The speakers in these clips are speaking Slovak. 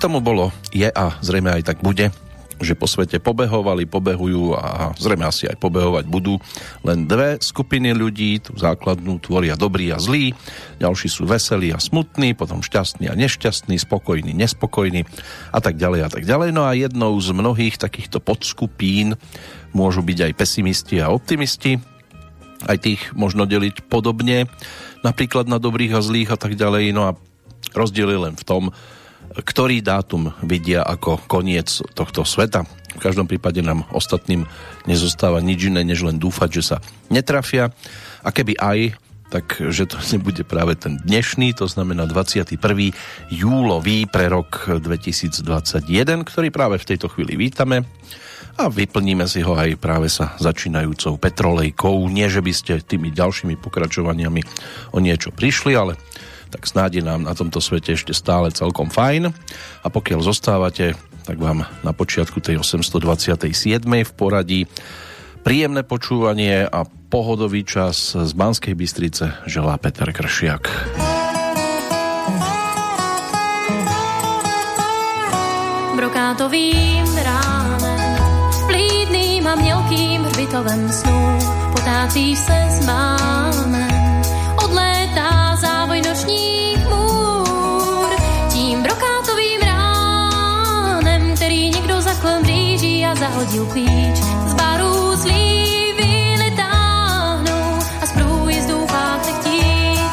tomu bolo, je a zrejme aj tak bude, že po svete pobehovali, pobehujú a zrejme asi aj pobehovať budú len dve skupiny ľudí. Tú základnú tvoria dobrí a zlí, ďalší sú veselí a smutní, potom šťastní a nešťastní, spokojní, nespokojní a tak ďalej a tak ďalej. No a jednou z mnohých takýchto podskupín môžu byť aj pesimisti a optimisti. Aj tých možno deliť podobne, napríklad na dobrých a zlých a tak ďalej. No a rozdiel je len v tom, ktorý dátum vidia ako koniec tohto sveta. V každom prípade nám ostatným nezostáva nič iné, než len dúfať, že sa netrafia. A keby aj, tak že to nebude práve ten dnešný, to znamená 21. júlový pre rok 2021, ktorý práve v tejto chvíli vítame a vyplníme si ho aj práve sa začínajúcou petrolejkou. Nie, že by ste tými ďalšími pokračovaniami o niečo prišli, ale tak snáď je nám na tomto svete ešte stále celkom fajn. A pokiaľ zostávate, tak vám na počiatku tej 827. v poradí príjemné počúvanie a pohodový čas z Banskej Bystrice želá Peter Kršiak. Brokátovým ránem, vlídným a mělkým hřbitovem snů potácí se s mámem. Odlétá závoj nočních můr tím brokátovým ránem, který někdo zaklem blíží a zahodil klíč. Z barů slívy netáhnou a z průjezdů fakt nechtít.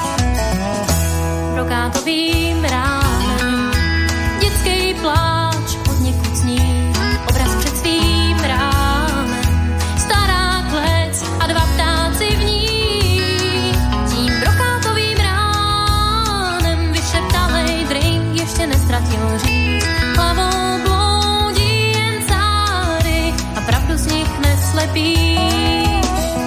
Brokátovým ránem dětský pláč od někud zní, obraz před svým rámem, stará klec a dva ptáci v ní. Nestratil říct, hlavou bloudí jen cáry a pravdu z nich neslepíš.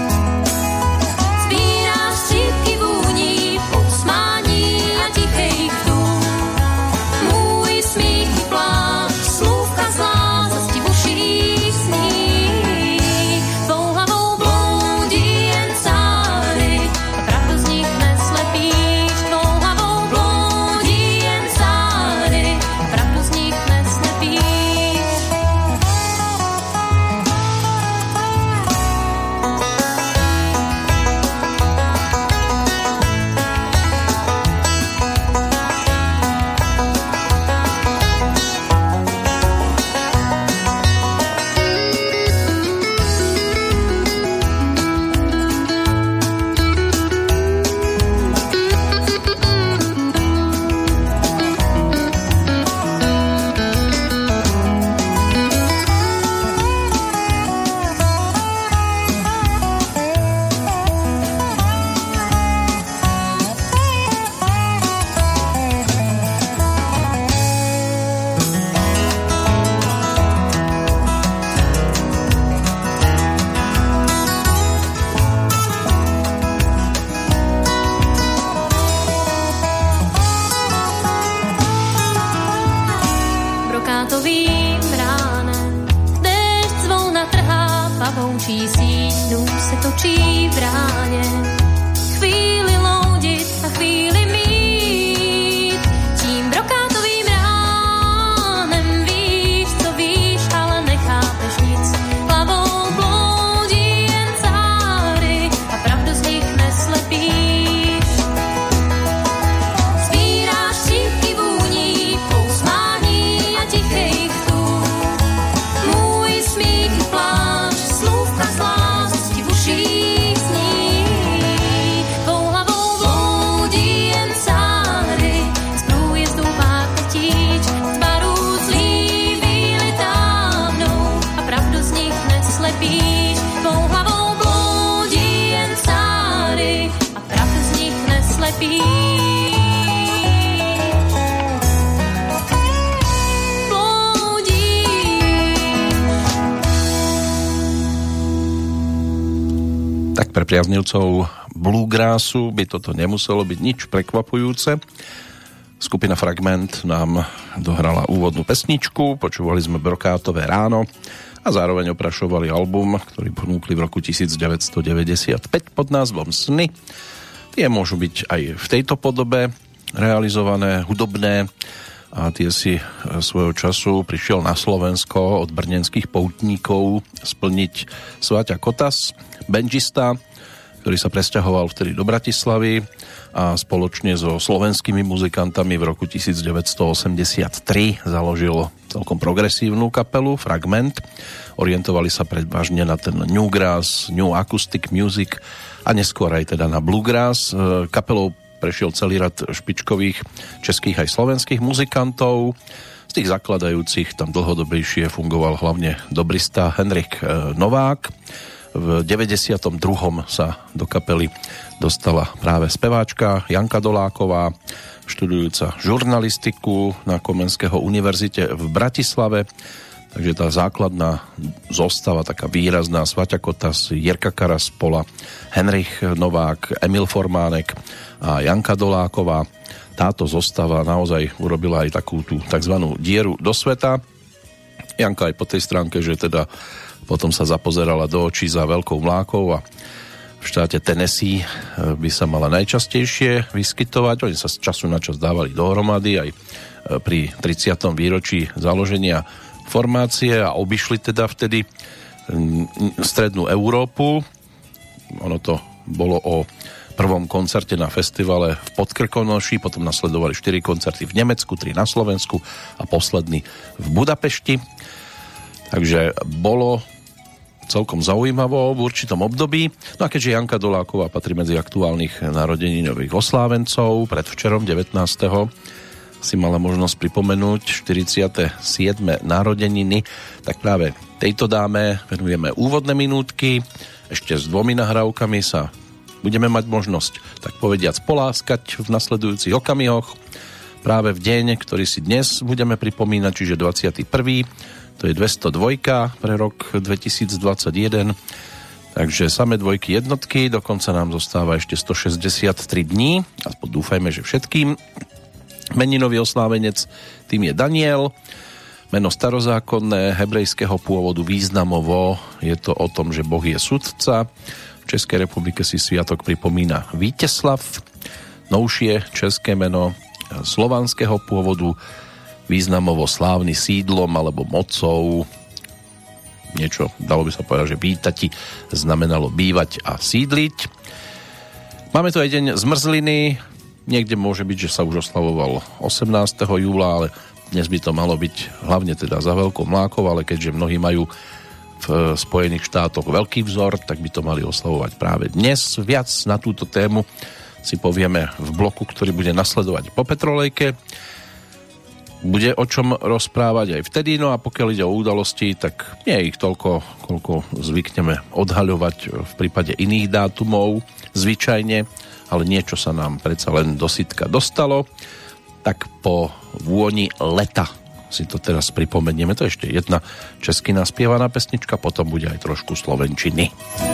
Sbíráš střípky vůní, pousmání a tichej vtům. Můj smích i pláč, slůvka zlá, zasti v uších sní. Tvou hlavou bloudí jen cáry a pravdu z nich neslepíš. Tvou hlavou bloudí jen cáry, pravdu z nich neslepíš. Brokátovým ránem déšť zvolna trhá pavoučí síť, dům se točí v ráně. Chvíli loudit a chvíli mít, tím brokátovým ránem víš, co víš, ale nechápeš nic. Hlavou bloudí jen cáry a pravdu z nich neslepíš. Sbíráš střípky vůní, pousmání a tichej vtům. Můj smích i pláč, slůvka zlá, zasti v uších sní. Tvou hlavou bloudí jen cáry, z průjezdů pák letíč. Z barů zlý víly táhnou a pravdu z nich neslepíš. Tvou hlavou bloudí jen cáry a pravdu z nich neslepíš. Tak pre priaznivcov bluegrassu by toto nemuselo byť nič prekvapujúce. Skupina Fragment nám dohrala úvodnú pesničku, počúvali sme Brokátové ráno a zároveň oprašovali album, ktorý ponúkli v roku 1995 pod názvom Sny. Tie môžu byť aj v tejto podobe realizované, hudobné, a tie si svojho času prišiel na Slovensko od brněnských poutníkov splniť Svaťa Kotas, benžista, ktorý sa presťahoval vtedy do Bratislavy a spoločne so slovenskými muzikantami v roku 1983 založil celkom progresívnu kapelu Fragment. Orientovali sa prevažne na ten New Grass, New Acoustic Music a neskôr aj teda na Bluegrass. Kapelou prešiel celý rad špičkových českých aj slovenských muzikantov. Z tých zakladajúcich tam dlhodobejšie fungoval hlavne dobrista Henrik Novák. V 92. sa do kapely dostala práve speváčka Janka Doláková, študujúca žurnalistiku na Komenského univerzite v Bratislave. Takže tá základná zostava, taká výrazná, Svaťa Kotas, Jirka Karaspola, Henrik Novák, Emil Formánek a Janka Doláková. Táto zostava naozaj urobila aj takú tú takzvanú dieru do sveta. Janka aj po tej stránke, že teda potom sa zapozerala do očí za veľkou mlákou a v štáte Tennessee by sa mala najčastejšie vyskytovať. Oni sa z času na čas dávali dohromady aj pri 30. výročí založenia formácie a obišli teda vtedy strednú Európu. Ono to bolo o prvom koncerte na festivale v Podkrkonoši, potom nasledovali 4 koncerty v Nemecku, 3 na Slovensku a posledný v Budapešti. Takže bolo celkom zaujímavo v určitom období. No a keďže Janka Doláková patrí medzi aktuálnych narodeninových oslávencov, predvčerom 19. si mala možnosť pripomenúť 47. narodeniny, tak práve tejto dáme venujeme úvodné minútky. Ešte s 2 nahrávkami sa budeme mať možnosť, tak povediac, poláskať v nasledujúcich okamihoch. Práve v deň, ktorý si dnes budeme pripomínať, čiže 21. To je 202 pre rok 2021. Takže samé dvojky, jednotky, dokonca nám zostáva ešte 163 dní. Aspoň dúfajme, že všetkým. Meninový oslávenec, tým je Daniel. Meno starozákonné, hebrejského pôvodu, významovo je to o tom, že Boh je sudca. V Českej republike si sviatok pripomína Víteslav. Novšie české meno slovanského pôvodu, významovo slávny sídlom alebo mocou. Niečo, dalo by sa povedať, že vítati znamenalo bývať a sídliť. Máme tu aj deň zmrzliny. Niekde môže byť, že sa už oslavoval 18. júla, ale dnes by to malo byť hlavne teda za veľkou mlákou, ale keďže mnohí majú v Spojených štátoch veľký vzor, tak by to mali oslavovať práve dnes. Viac na túto tému si povieme v bloku, ktorý bude nasledovať po Petrolejke. Bude o čom rozprávať aj vtedy, no a pokiaľ ide o udalosti, tak nie je ich toľko, koľko zvykneme odhaľovať v prípade iných dátumov zvyčajne, ale niečo sa nám predsa len do sytka dostalo, tak po vôni leta si to teraz pripomenieme. To je ešte jedna česky naspievaná pesnička, potom bude aj trošku slovenčiny.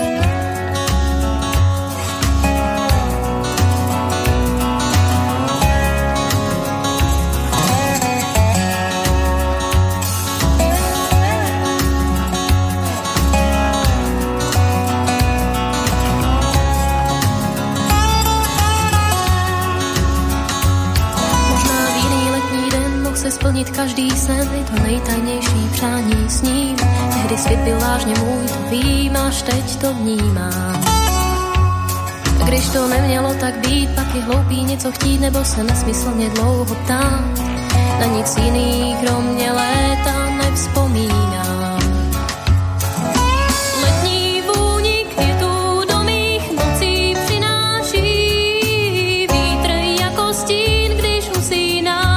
Splnit každý sen, je to nejtajnější přání sním. Tehdy svět byl vážně můj, to vím, až teď to vnímám. Když to nemělo tak být, pak je hloupý něco chtít, nebo se nesmyslně dlouho ptát. Na nic jiný, kromě léta, nevzpomínám. Letní vůni květů do mých nocí přináší vítr jako stín, když usínám.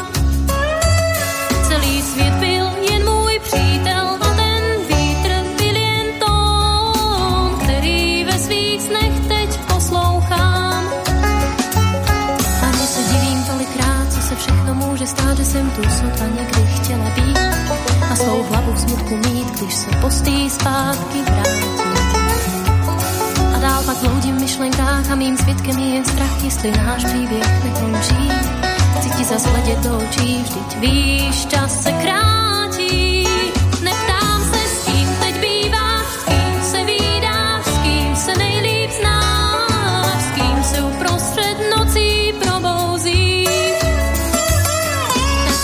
Svět byl jen můj přítel a ten vítr byl jen tón, který ve svých snech teď poslouchám. Vážně se divím tolikrát, co se všechno může stát, že jsem tu sotva někdy chtěla být a svou hlavu v smutku mít, když se postý zpátky vrátím. A dál pak bloudím v myšlenkách a mým svědkem je jen strach, jestli náš příběh nekončí. Chci ti zas hledět do očí, vždyť víš, čas se krátí. Neptám se, s kým teď býváš, s kým se vídáš, s kým se nejlíp znáš, s kým se uprostřed nocí probouzíš. Tak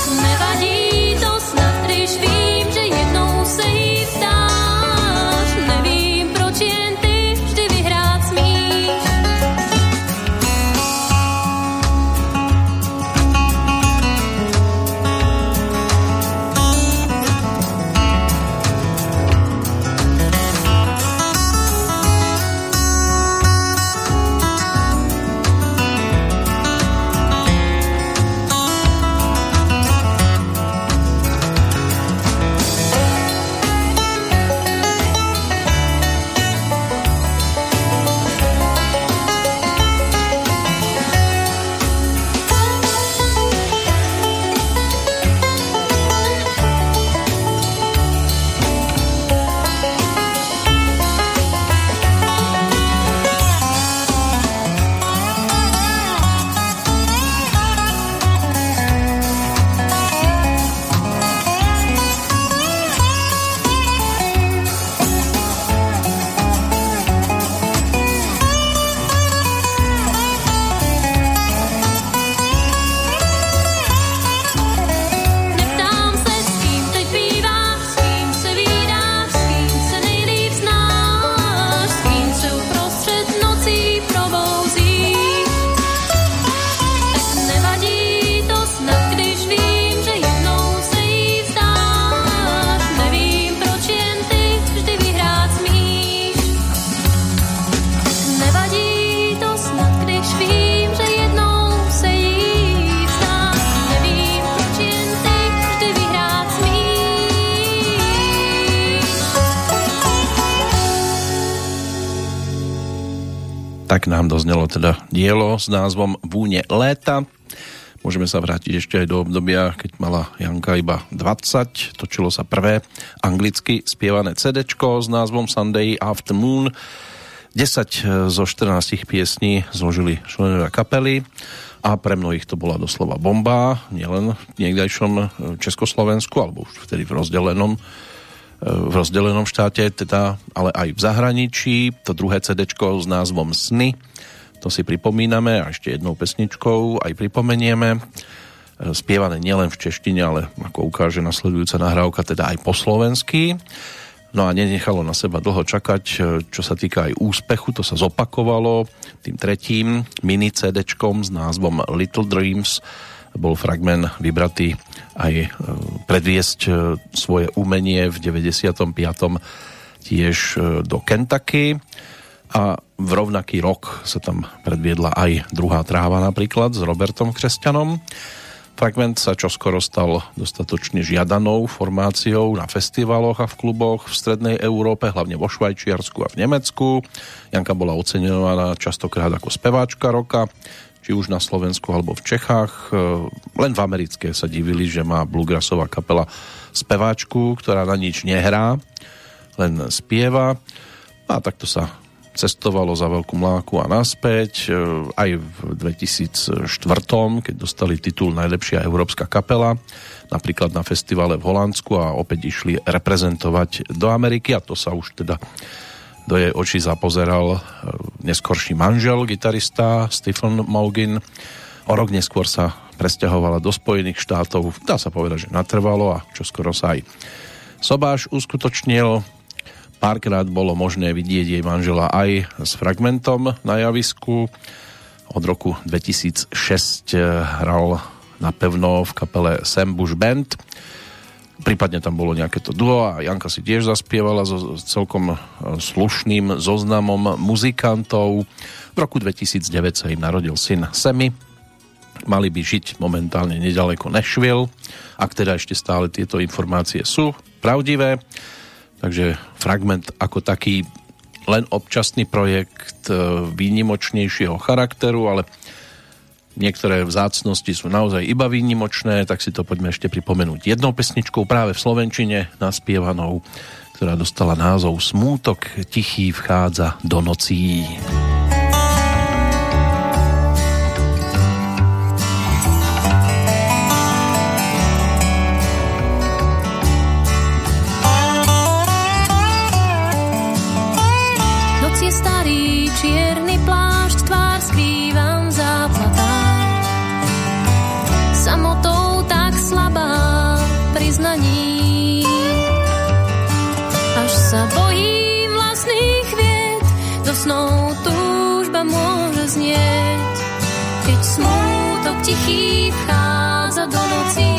Tak nám doznelo teda dielo s názvom Vúne léta. Môžeme sa vrátiť ešte aj do obdobia, keď mala Janka iba 20. Točilo sa prvé anglicky spievané CDčko s názvom Sunday Afternoon. 10 zo 14 piesní zložili členovia kapely a pre mnohých to bola doslova bomba, nielen v niekdajšom Československu, alebo už vtedy v rozdelenom štáte, teda, ale aj v zahraničí. To druhé CDčko s názvom Sny, to si pripomíname a ešte jednou pesničkou aj pripomenieme. Spievané nielen v češtine, ale ako ukáže nasledujúca nahrávka, teda aj po slovensky. No a nenechalo na seba dlho čakať, čo sa týka aj úspechu, to sa zopakovalo tým tretím mini CDčkom s názvom Little Dreams. Bol fragment vybratý aj predviesť svoje umenie v 95. tiež do Kentucky a v rovnaký rok sa tam predviedla aj Druhá tráva napríklad s Robertom Kresťanom. Fragment sa čoskoro stal dostatočne žiadanou formáciou na festivaloch a v kluboch v strednej Európe, hlavne vo Švajčiarsku a v Nemecku. Janka bola oceňovaná častokrát ako speváčka roka, či už na Slovensku alebo v Čechách. Len v americké sa divili, že má bluegrassová kapela speváčku, ktorá na nič nehrá, len spieva. A takto sa cestovalo za Veľkú Mláku a naspäť. Aj v 2004, keď dostali titul Najlepšia európska kapela, napríklad na festivale v Holandsku, a opäť išli reprezentovať do Ameriky, a to sa už teda do jej očí zapozeral neskorší manžel, gitarista Stephen Maugin. O rok neskôr sa presťahovala do Spojených štátov. Dá sa povedať, že natrvalo, a čoskoro sa aj sobáš uskutočnil. Párkrát bolo možné vidieť jej manžela aj s fragmentom na javisku. Od roku 2006 hral napevno v kapele Sam Bush Band. Prípadne tam bolo nejaké to duo a Janka si tiež zaspievala so celkom slušným zoznamom muzikantov. V roku 2009 sa im narodil syn Sammy. Mali by žiť momentálne nedaleko Nashville, ak teda ešte stále tieto informácie sú pravdivé. Takže fragment ako taký len občasný projekt výnimočnejšieho charakteru, ale niektoré vzácnosti sú naozaj iba výnimočné, tak si to poďme ešte pripomenúť jednou pesničkou práve v slovenčine naspievanou, ktorá dostala názov Smútok tichý vchádza do nocí. Čierny plášť, tvár skrývam v záplatách. Samotou tak slabá priznaní. Až sa bojím vlastných vied, do snov túžba môže znieť. Keď smútok tichý vchádza do nocí.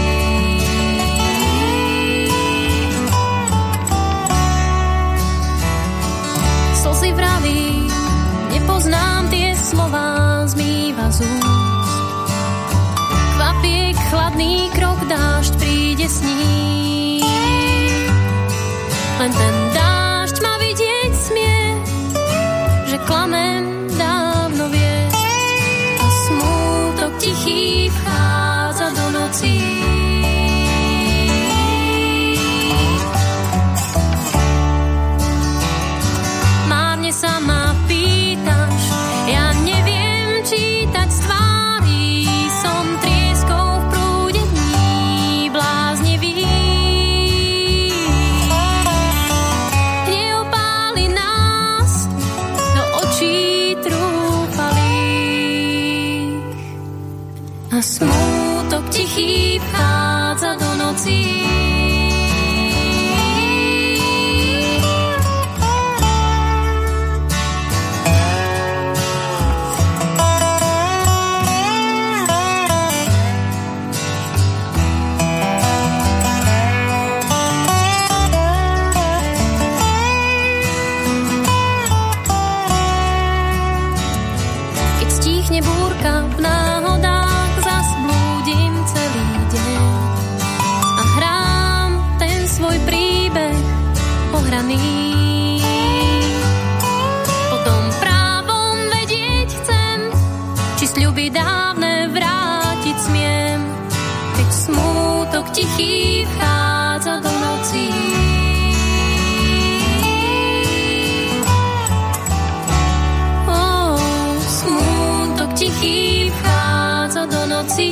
Slzy vraví, nepoznám tie slová, zmýva z úst. Kvapiek, chladný krok, dážď príde s ním. Len ten dážď má vidieť smie, že klamem dávno vie. A smútok tichý vchádza do nocí. Márne sa ma pýtaš, ja neviem čítať z tvári, som trieskou v prúde dní bláznivý. Neopáli nás do očí trúfalých a smútok tichý vchádza do nocí. Búrka v náhodách, zas blúdim celý deň a hrám tichý vchádza do nocí. Smútok tichý vchádza do nocí.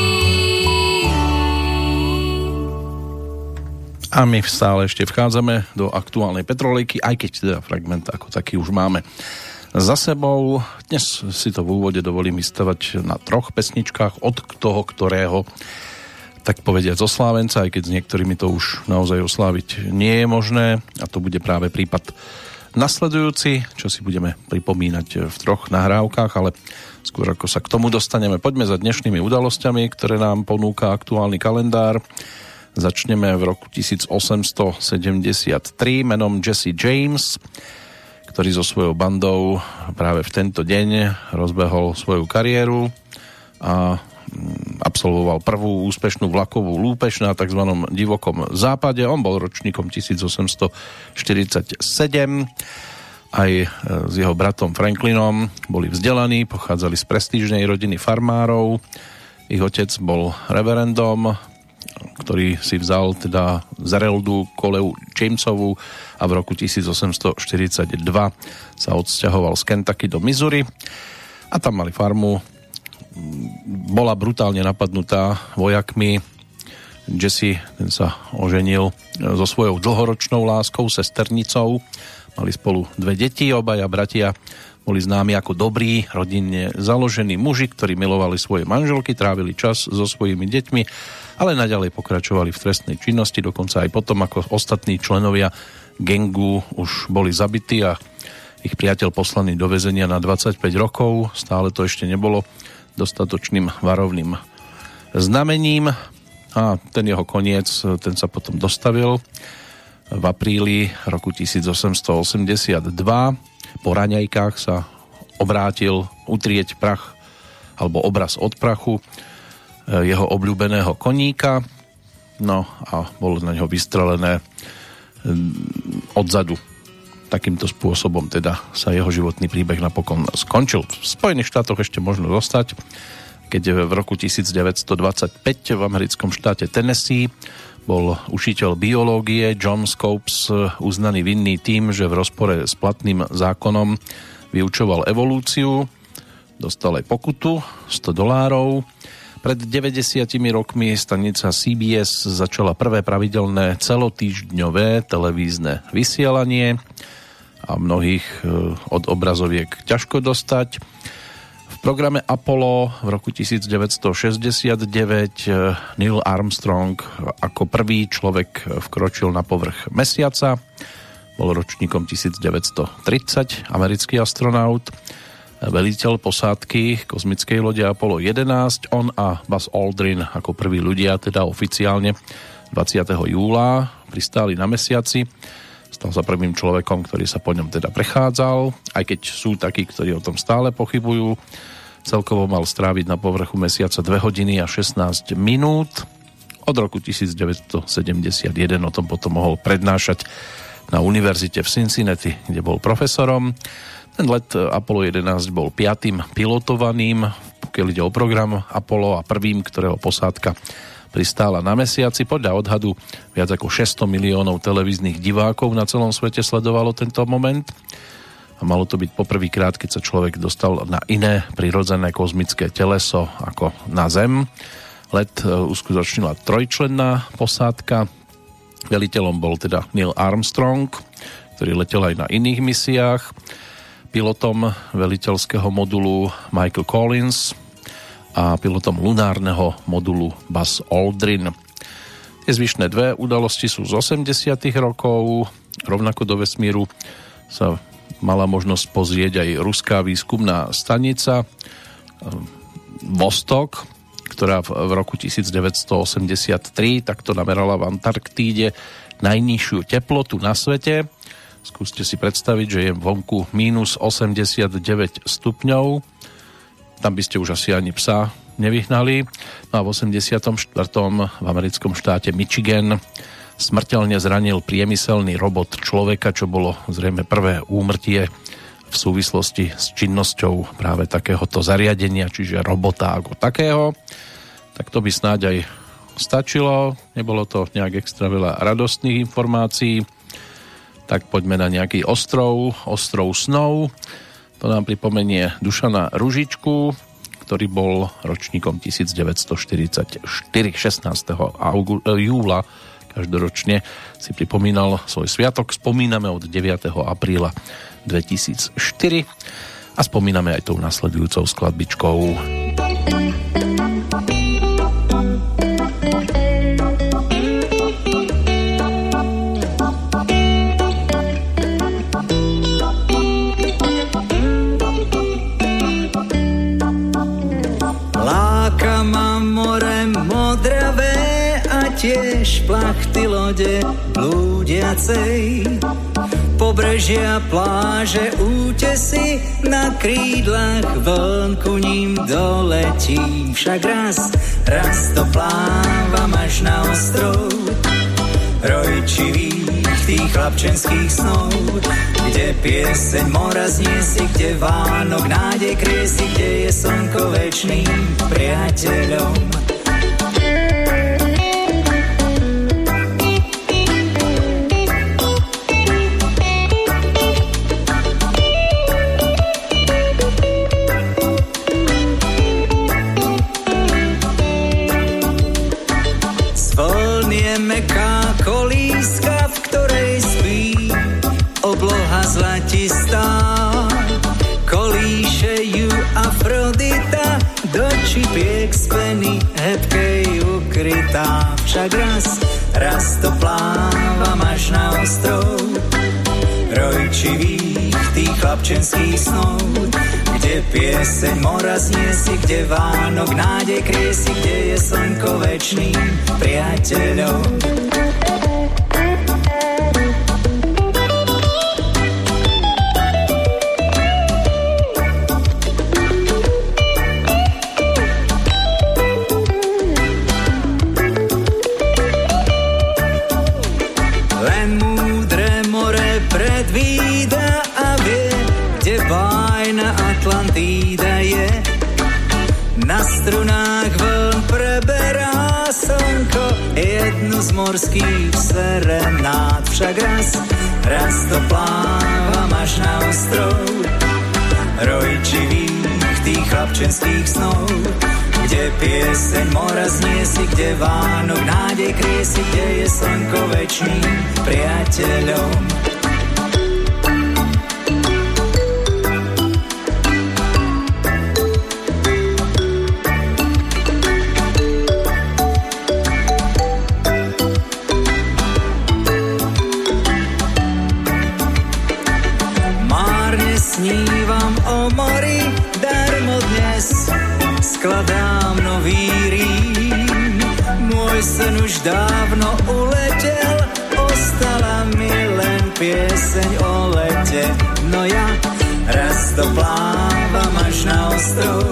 A my stále ešte vchádzame do aktuálnej Petrolejky, aj keď teda fragment ako taký už máme za sebou. Dnes si to v úvode dovolím vystavať na 3 pesničkách od toho, ktorého, tak povediať, zo Slávenca, aj keď s niektorými to už naozaj osláviť nie je možné. A to bude práve prípad nasledujúci, čo si budeme pripomínať v 3 nahrávkach, ale skôr ako sa k tomu dostaneme, poďme za dnešnými udalosťami, ktoré nám ponúka aktuálny kalendár. Začneme v roku 1873 menom Jesse James, ktorý so svojou bandou práve v tento deň rozbehol svoju kariéru a absolvoval prvú úspešnú vlakovú lúpež na tzv. Divokom západe. On bol ročníkom 1847. Aj s jeho bratom Franklinom boli vzdelaní, pochádzali z prestížnej rodiny farmárov. Ich otec bol reverendom, ktorý si vzal teda Zereldu Koleu Jamesovú a v roku 1842 sa odsťahoval z Kentucky do Missouri a tam mali farmu. Bola brutálne napadnutá vojakmi. Jesse, ten sa oženil so svojou dlhoročnou láskou, sesternicou. Mali spolu 2 deti, obaja bratia boli známi ako dobrí, rodinne založení muži, ktorí milovali svoje manželky, trávili čas so svojimi deťmi, ale naďalej pokračovali v trestnej činnosti, dokonca aj potom, ako ostatní členovia gangu už boli zabití a ich priateľ poslaný do väzenia na 25 rokov. Stále to ešte nebolo dostatočným varovným znamením a ten jeho koniec, ten sa potom dostavil v apríli roku 1882. Po raňajkách sa obrátil utrieť prach alebo obraz od prachu jeho obľúbeného koníka, no a bolo na ňo vystrelené odzadu. Takýmto spôsobom teda sa jeho životný príbeh napokon skončil. V Spojených štátoch ešte možno zostať, keď v roku 1925 v americkom štáte Tennessee bol učiteľ biológie John Scopes uznaný vinný tým, že v rozpore s platným zákonom vyučoval evolúciu. Dostal aj pokutu $100. Pred 90 rokmi stanica CBS začala prvé pravidelné celotýždňové televízne vysielanie a mnohých od obrazoviek ťažko dostať. V programe Apollo v roku 1969 Neil Armstrong ako prvý človek vkročil na povrch Mesiaca. Bol ročníkom 1930, americký astronaut, veliteľ posádky kozmickej lode Apollo 11. On a Buzz Aldrin ako prví ľudia, teda oficiálne 20. júla pristáli na Mesiaci. Stal sa prvým človekom, ktorý sa po ňom teda prechádzal, aj keď sú takí, ktorí o tom stále pochybujú. Celkovo mal stráviť na povrchu Mesiaca 2 hodiny a 16 minút. Od roku 1971 o tom potom mohol prednášať na univerzite v Cincinnati, kde bol profesorom. Ten let Apollo 11 bol 5. pilotovaným, pokiaľ ide o program Apollo, a prvým, ktorého posádka pristála na Mesiaci. Podľa odhadu viac ako 600 miliónov televíznych divákov na celom svete sledovalo tento moment. A malo to byť poprvýkrát, keď sa človek dostal na iné prirodzené kozmické teleso ako na Zem. Let uskutočnila 3-členná posádka. Veliteľom bol teda Neil Armstrong, ktorý letel aj na iných misiách. Pilotom veliteľského modulu Michael Collins a pilotom lunárneho modulu Buzz Aldrin. Tie zvyšné 2 udalosti sú z 80. rokov. Rovnako do vesmíru sa mala možnosť pozrieť aj ruská výskumná stanica Vostok, ktorá v roku 1983 takto namerala v Antarktíde najnižšiu teplotu na svete. Skúste si predstaviť, že je vonku minus 89 stupňov. Tam by ste už asi ani psa nevyhnali. No a v 84. v americkom štáte Michigan smrteľne zranil priemyselný robot človeka, čo bolo zrejme prvé úmrtie v súvislosti s činnosťou práve takéhoto zariadenia, čiže robota ako takého. Tak to by snáď aj stačilo, nebolo to nejak extra veľa radostných informácií, tak poďme na nejaký ostrov snov. To nám pripomenie Dušana Ružičku, ktorý bol ročníkom 1944, 16. júla každoročne si pripomínal svoj sviatok. Spomíname od 9. apríla 2004 a spomíname aj tou nasledujúcou skladbičkou. Tiež plachty lode blúdiacej, pobrežia, pláže, útesy, na krídlach vln ku ním doletím. Však raz to plávam až na ostrov rojčivých tých chlapčenských snov, kde pieseň mora zniesie, kde Vánok nádej kriesi, kde je slnko večným priateľom. Zlatistá, kolíše ju Afrodita, do čipiek z peny hebkej ukrytá. Však raz to plávam až na ostrov rojčivých tých chlapčenských snov, kde pieseň mora zniesie, kde Vánok nádej kriesi, kde je slnko večným priateľom. Atlantída je, na strunách vln preberá slnko jednu z morských serenád. Však raz to plávam až na ostrov rojčivých tých chlapčenských snov, kde pieseň mora zniesie, kde Vánok nádej kriesi, kde je slnko večným priateľom. Snívam o mori, darmo dnes skladám nový rím. Môj sen už dávno uletel, ostala mi len pieseň o lete. No ja raz to plávam až na ostrov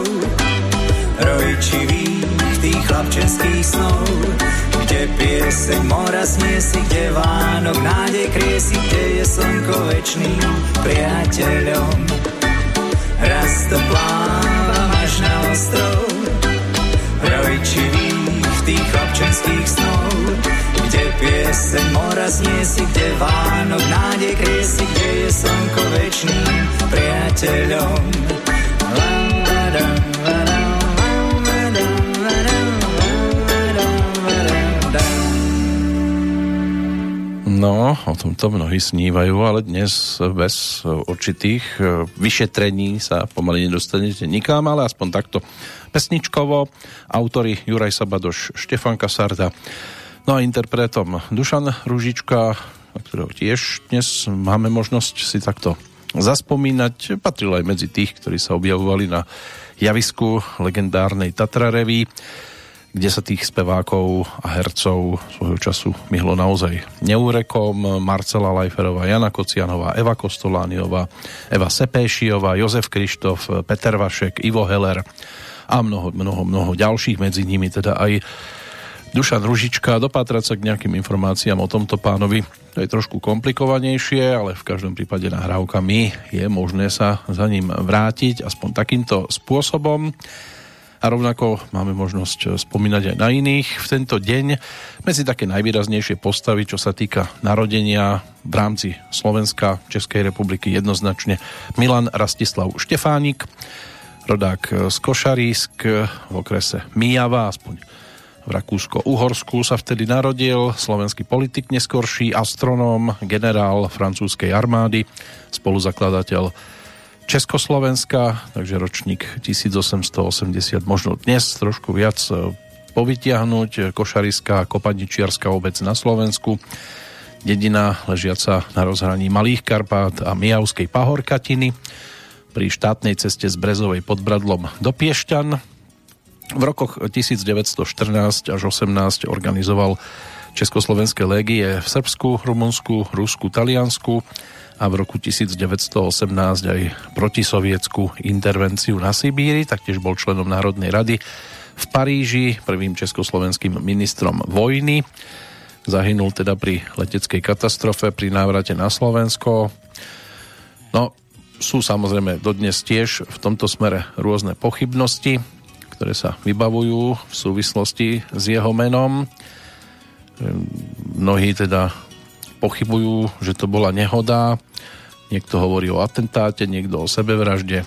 rojčivých tých chlapčenských snov, kde pieseň mora zniesie, kde Vánok nádej kriesi, kde je slnko večným priateľom. Raz to plávam až na ostrov rojčivých tých chlapčenských snov, kde pieseň mora zniesie, kde Vánok nádej kriesi, kde je slnko večným priateľom. No, o tomto mnohí snívajú, ale dnes bez určitých vyšetrení sa pomaly nedostanete nikam, ale aspoň takto pesničkovo. Autori Juraj Sabadoš, Štefan Kasarda, no a interpretom Dušan Ružička, ktorého tiež dnes máme možnosť si takto zaspomínať. Patril aj medzi tých, ktorí sa objavovali na javisku legendárnej Tatra Revy, kde sa tých spevákov a hercov svojho času myhlo naozaj neúrekom. Marcela Lajferová, Jana Kocianová, Eva Kostolániová, Eva Sepéšiová, Jozef Krištof, Peter Vašek, Ivo Heller a mnoho ďalších, medzi nimi teda aj Dušan Ružička. Dopátrať sa k nejakým informáciám o tomto pánovi to je trošku komplikovanejšie, ale v každom prípade nahrávkami je možné sa za ním vrátiť aspoň takýmto spôsobom. A rovnako máme možnosť spomínať aj na iných. V tento deň medzi také najvýraznejšie postavy, čo sa týka narodenia v rámci Slovenska, Českej republiky, jednoznačne Milan Rastislav Štefánik, rodák z Košarísk v okrese Mijava, aspoň v Rakúsko-Uhorsku sa vtedy narodil, slovenský politik neskorší, astronóm, generál francúzskej armády, spoluzakladateľ Československa, takže ročník 1880, možno dnes trošku viac povytiahnuť. Košariská Kopaničiarska obec na Slovensku, dedina ležiaca na rozhraní Malých Karpát a Mijavskej pahorkatiny pri štátnej ceste z Brezovej pod Bradlom do Piešťan. V rokoch 1914 až 18 organizoval Československé légie v Srbsku, Rumunsku, Rusku, Taliansku a v roku 1918 aj protisovietskú intervenciu na Sibíri, taktiež bol členom Národnej rady v Paríži, prvým československým ministrom vojny. Zahynul teda pri leteckej katastrofe pri návrate na Slovensko. No, sú samozrejme dodnes tiež v tomto smere rôzne pochybnosti, ktoré sa vybavujú v súvislosti s jeho menom. Mnohí teda pochybujú, že to bola nehoda. Niekto hovorí o atentáte, niekto o sebevražde.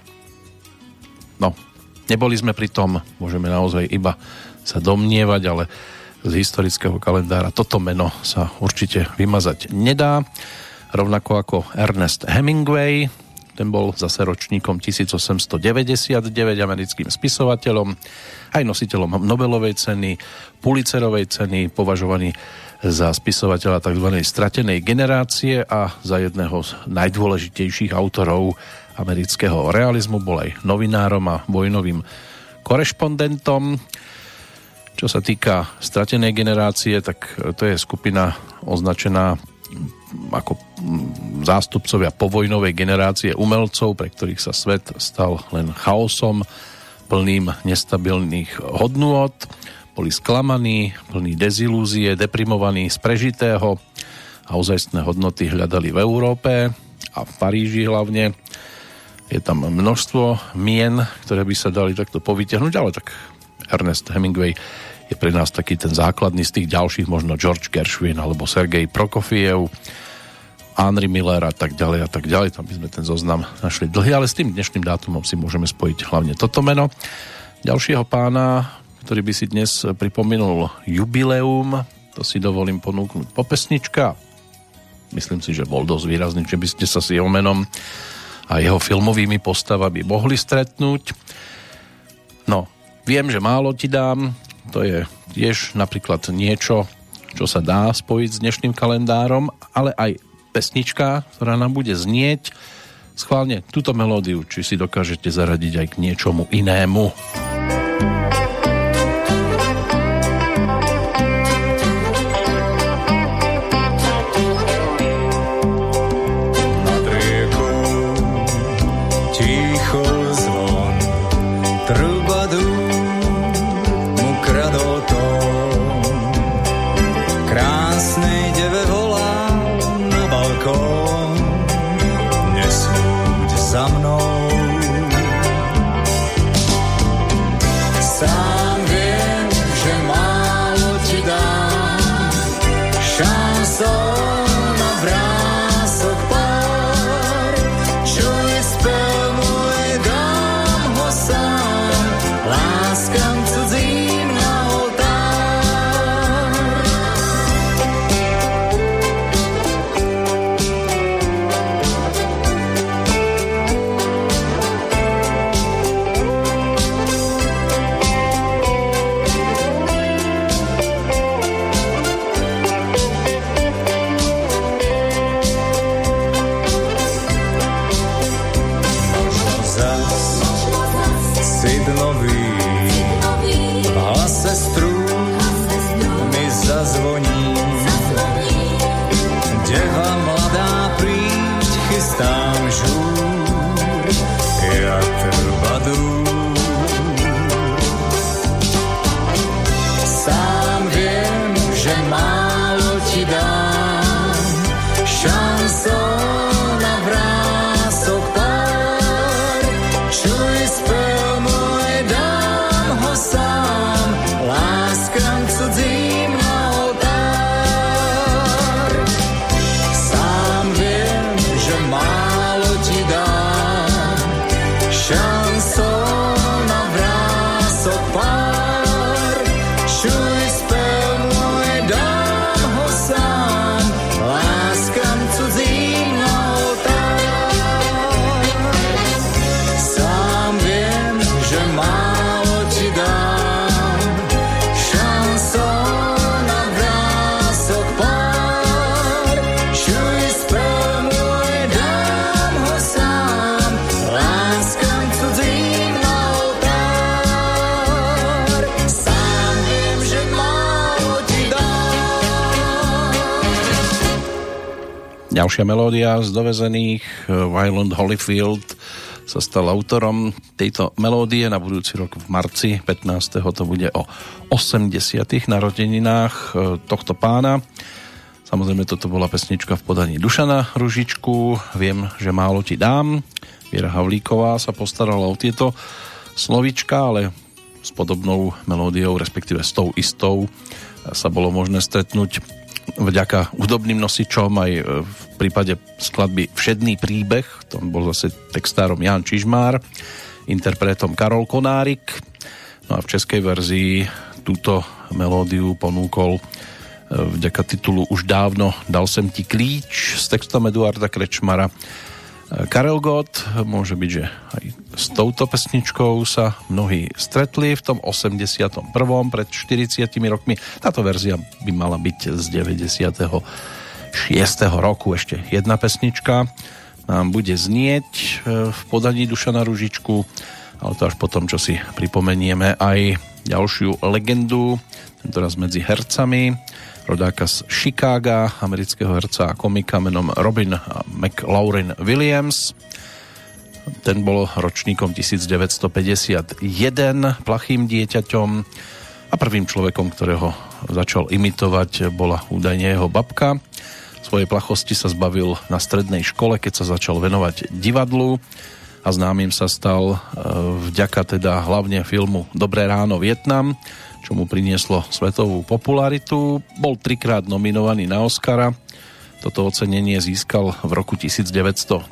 No, neboli sme pri tom, môžeme naozaj iba sa domnievať, ale z historického kalendára toto meno sa určite vymazať nedá. Rovnako ako Ernest Hemingway, ten bol zase ročníkom 1899, americkým spisovateľom, aj nositeľom Nobelovej ceny, Pulitzerovej ceny, považovaný za spisovateľa tzv. Stratenej generácie a za jedného z najdôležitejších autorov amerického realizmu, bol aj novinárom a vojnovým korešpondentom. Čo sa týka Stratenej generácie, tak to je skupina označená ako zástupcovia povojnovej generácie umelcov, pre ktorých sa svet stal len chaosom, plným nestabilných hodnôt. Boli sklamaní, plní dezilúzie, deprimovaní z prežitého a ozajstné hodnoty hľadali v Európe a v Paríži hlavne. Je tam množstvo mien, ktoré by sa dali takto povytiahnuť, ale tak Ernest Hemingway je pre nás taký ten základný z tých ďalších, možno George Gershwin alebo Sergej Prokofiev, Henry Miller a tak ďalej a tak ďalej. Tam by sme ten zoznam našli dlhý, ale s tým dnešným dátumom si môžeme spojiť hlavne toto meno. Ďalšieho pána, ktorý by si dnes pripomenul jubileum, to si dovolím ponúknuť po pesnička. Myslím si, že bol dosť výrazný, že by ste sa s jeho menom a jeho filmovými postavami mohli stretnúť. No, viem, že málo ti dám, to je tiež napríklad niečo, čo sa dá spojiť s dnešným kalendárom, ale aj pesnička, ktorá nám bude znieť. Schválne túto melódiu, či si dokážete zaradiť aj k niečomu inému. Čuj spev môj, dám Ďalšia melódia z dovezených. Wyland Holyfield sa stal autorom tejto melódie. Na budúci rok v marci 15. to bude o 80. narodeninách tohto pána. Samozrejme, toto bola pesnička v podaní Dušana Ružičku. Viem, že málo ti dám. Viera Havlíková sa postarala o tieto slovíčka, ale s podobnou melódiou, respektíve s tou istou, sa bolo možné stretnúť vďaka hudobným nosičom aj v prípade skladby Všedný príbeh. To bol zase textárom Jan Čižmár, interpretom Karol Konárik. No a v českej verzii túto melódiu ponúkol vďaka titulu Už dávno dal sem ti klíč s textom Eduarda Krečmara Karel Gott. Môže byť, že aj s touto pesničkou sa mnohí stretli v tom 81. pred 40 rokmi. Táto verzia by mala byť z 96. roku. Ešte jedna pesnička nám bude znieť v podaní Dušana Ružičku, ale to až potom, čo si pripomenieme aj ďalšiu legendu, tentoraz medzi hercami, rodáka z Chicaga, amerického herca a komika menom Robin McLaurin Williams. Ten bol ročníkom 1951, plachým dieťaťom a prvým človekom, ktorého začal imitovať, bola údajne jeho babka. Svojej plachosti sa zbavil na strednej škole, keď sa začal venovať divadlu a známym sa stal vďaka teda hlavne filmu Dobré ráno Vietnam, čo mu prinieslo svetovú popularitu. Bol 3-krát nominovaný na Oscara. Toto ocenenie získal v roku 1997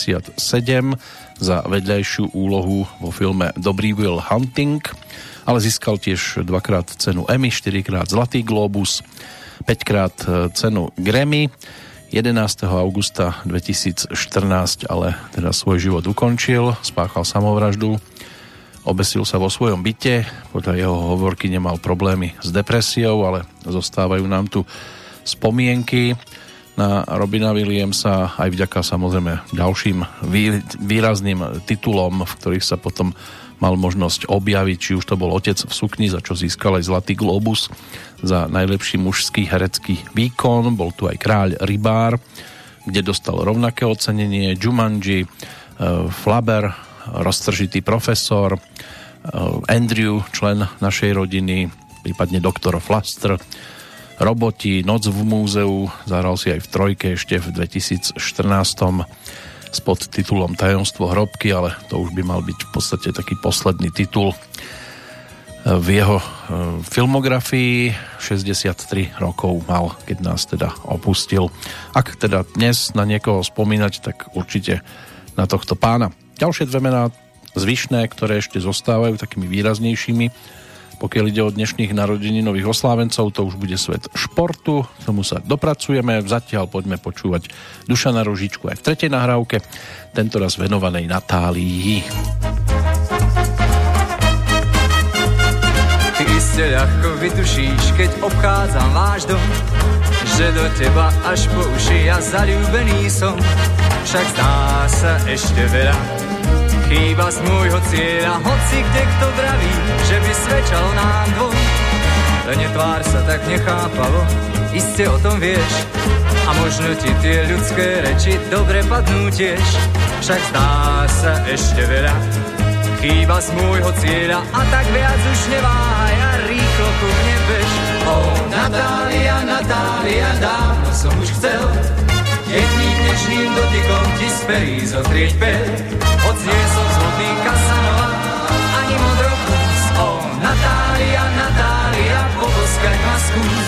za vedľajšiu úlohu vo filme Dobrý Will Hunting, ale získal tiež 2-krát cenu Emmy, 4-krát Zlatý globus, 5-krát cenu Grammy. 11. augusta 2014 ale teda svoj život ukončil, spáchal samovraždu. Obesil sa vo svojom byte, podľa jeho hovorky nemal problémy s depresiou, ale zostávajú nám tu spomienky na Robina Williamsa, aj vďaka samozrejme ďalším výrazným titulom, v ktorých sa potom mal možnosť objaviť, či už to bol Otec v sukni, za čo získal aj Zlatý globus za najlepší mužský herecký výkon, bol tu aj Kráľ rybár, kde dostal rovnaké ocenenie, Jumanji, Flaber, Roztržitý profesor, Andrew, člen našej rodiny, prípadne Doktor Flaster, Roboti, Noc v múzeu, zahral si aj v Trojke ešte v 2014 s podtitulom Tajomstvo hrobky, ale to už by mal byť v podstate taký posledný titul v jeho filmografii. 63 rokov mal, keď nás teda opustil. Ak teda dnes na niekoho spomínať, tak určite na tohto pána. Ďalšie dve mená zvyšné, ktoré ešte zostávajú takými výraznejšími, pokiaľ ide o dnešných narodeninových oslávencov, to už bude svet športu, k tomu sa dopracujeme. Zatiaľ poďme počúvať Dušana Ružičku aj v tretej nahrávke, tentoraz venovanej Natálii. Ty iste ľahko vytušíš, keď obchádzam váš dom, že do teba až po uši ja zaľúbený som. Však zdá sa ešte veľa chýba z môjho cieľa, hoci kde kto vraví, že by svedčalo nám dvom. Len netvár sa tak nechápavo, iste o tom vieš, a možno ti tie ľudské reči dobre padnú tiež. Však zdá sa ešte veľa chýba z môjho cieľa, a tak viac už neváhaj a rýchlo ku mne bež. Ó, Natália, Natália, dávno som už chcel jedným dnešným dotykom ti z perí zotrieť pel. Hoď nie som zhodný Casanova, ani modrokus. Ó, Natália, Natália, poboskaj ma skús.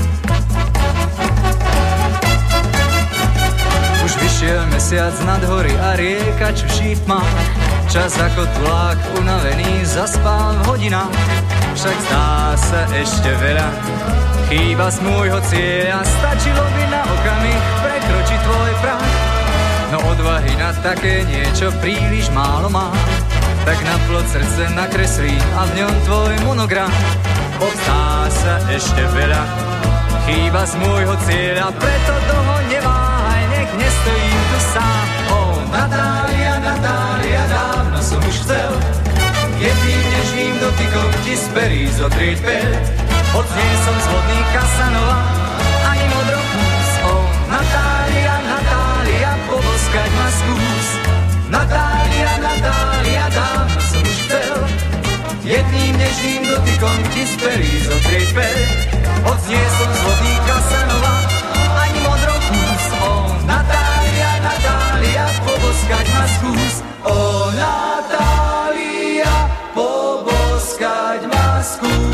Už vyšiel mesiac nad hory a rieka čuší v tmách. Čas ako tulák unavený zaspal v hodinách. Však zdá sa ešte veľa chýba z môjho cieľa, stačilo by na okamih prekročiť tvoj prach. No odvahy na také niečo príliš málo má, tak na plot srdce nakreslím a v ňom tvoj monogram. Zdá sa ešte veľa chýba z môjho cieľa, preto toho neváhaj, nech nestojím tu sám. Ó, Natália, Natália, dávno som už chcel jedným nežným dotykom ti z perí zotrieť pel. Hoď nie som zhodný Casanova, ani modrokus. Ó, Natália, Natália, perí zotrieť per. Odznie som z vodníka Sanova, ani modrou kús. O Natália, Natália, poboskať ma skús. O Natália, poboskať ma skús.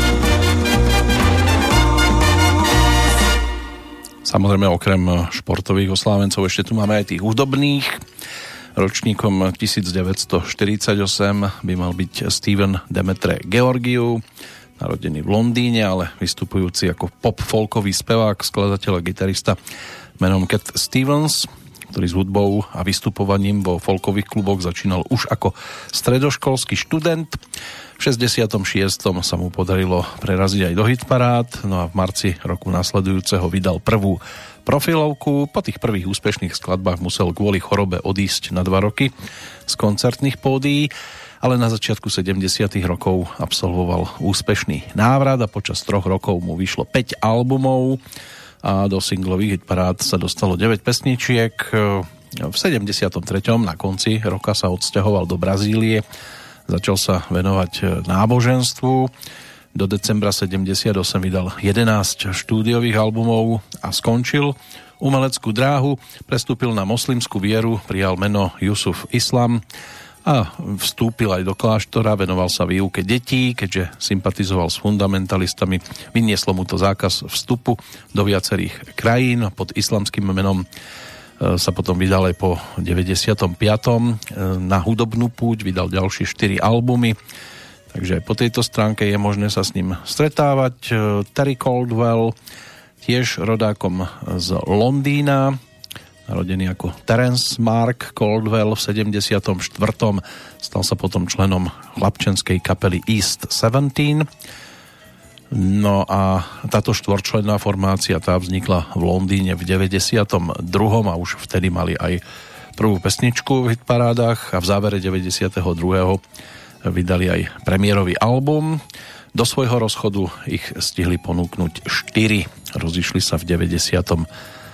Samozrejme, okrem športových oslávencov ešte tu máme aj tých hudobných. Ročníkom 1948 by mal byť Steven Demetre Georgiou, narodený v Londýne, ale vystupujúci ako pop-folkový spevák, skladateľ a gitarista menom Cat Stevens, ktorý s hudbou a vystupovaním vo folkových kluboch začínal už ako stredoškolský študent. V 66. sa mu podarilo preraziť aj do hitparád, no a v marci roku nasledujúceho vydal prvú profilovku. Po tých prvých úspešných skladbách musel kvôli chorobe odísť na 2 roky z koncertných pódií, ale na začiatku 70. rokov absolvoval úspešný návrat a počas 3 rokov mu vyšlo 5 albumov a do singlových hitparád sa dostalo 9 pesničiek. V 73. na konci roka sa odsťahoval do Brazílie, začal sa venovať náboženstvu. Do decembra 78 vydal 11 štúdiových albumov a skončil umeleckú dráhu, prestúpil na moslimskú vieru, prijal meno Jusuf Islam a vstúpil aj do kláštora, venoval sa výuke detí, keďže sympatizoval s fundamentalistami. Vynieslo mu to zákaz vstupu do viacerých krajín. Pod islamským menom sa potom vydal aj po 95. Na hudobnú púť, vydal ďalšie 4 albumy. Takže po tejto stránke je možné sa s ním stretávať. Terry Caldwell, tiež rodákom z Londýna, narodený ako Terence Mark Caldwell v 74. Stal sa potom členom chlapčenskej kapely East 17. No a táto štvorčlenná formácia tá vznikla v Londýne v 92. a už vtedy mali aj prvú pesničku v hitparádach a v závere 92. vydali aj premiérový album. Do svojho rozchodu ich stihli ponúknuť 4. Rozišli sa v 99.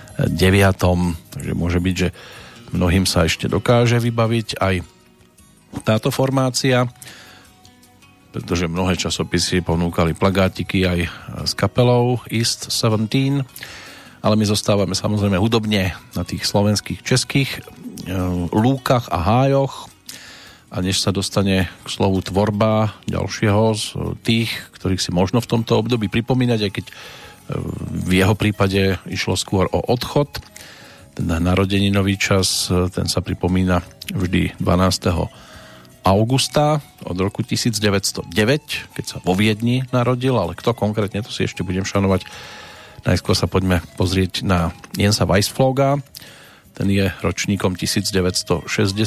Takže môže byť, že mnohým sa ešte dokáže vybaviť aj táto formácia, pretože mnohé časopisy ponúkali plagátiky aj s kapelou East 17, ale my zostávame samozrejme hudobne na tých slovenských, českých lúkach a hájoch. A než sa dostane k slovu tvorba ďalšieho z tých, ktorých si možno v tomto období pripomínať, aj keď v jeho prípade išlo skôr o odchod. Ten narodeninový čas, ten sa pripomína vždy 12. augusta od roku 1909, keď sa vo Viedni narodil, ale kto konkrétne, to si ešte budem šanovať. Najskôr sa poďme pozrieť na Jensa Weissfloga. Ten je ročníkom 1964,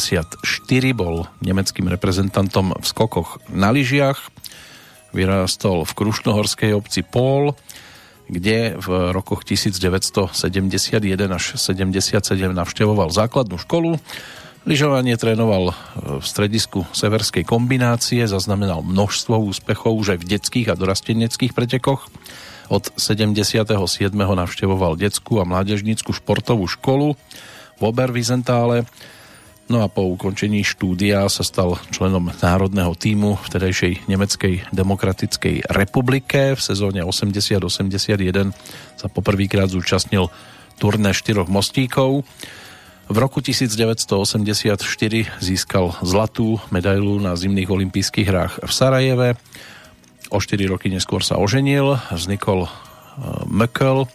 bol nemeckým reprezentantom v skokoch na lyžiach. Vyrástol v krušnohorskej obci Pól, kde v rokoch 1971 až 77 navštevoval základnú školu. Lyžovanie trénoval v stredisku severskej kombinácie, zaznamenal množstvo úspechov už aj v detských a dorasteneckých pretekoch. Od 77. navštevoval detskú a mládežnícku športovú školu v Oberwiesenthale. No a po ukončení štúdia sa stal členom národného tímu vtedajšej Nemeckej demokratickej republike. V sezóne 80-81 sa poprvýkrát zúčastnil turné 4 mostíkov. V roku 1984 získal zlatú medailu na zimných olympijských hrách v Sarajeve. O 4 roky neskôr sa oženil s Nicole Möckel.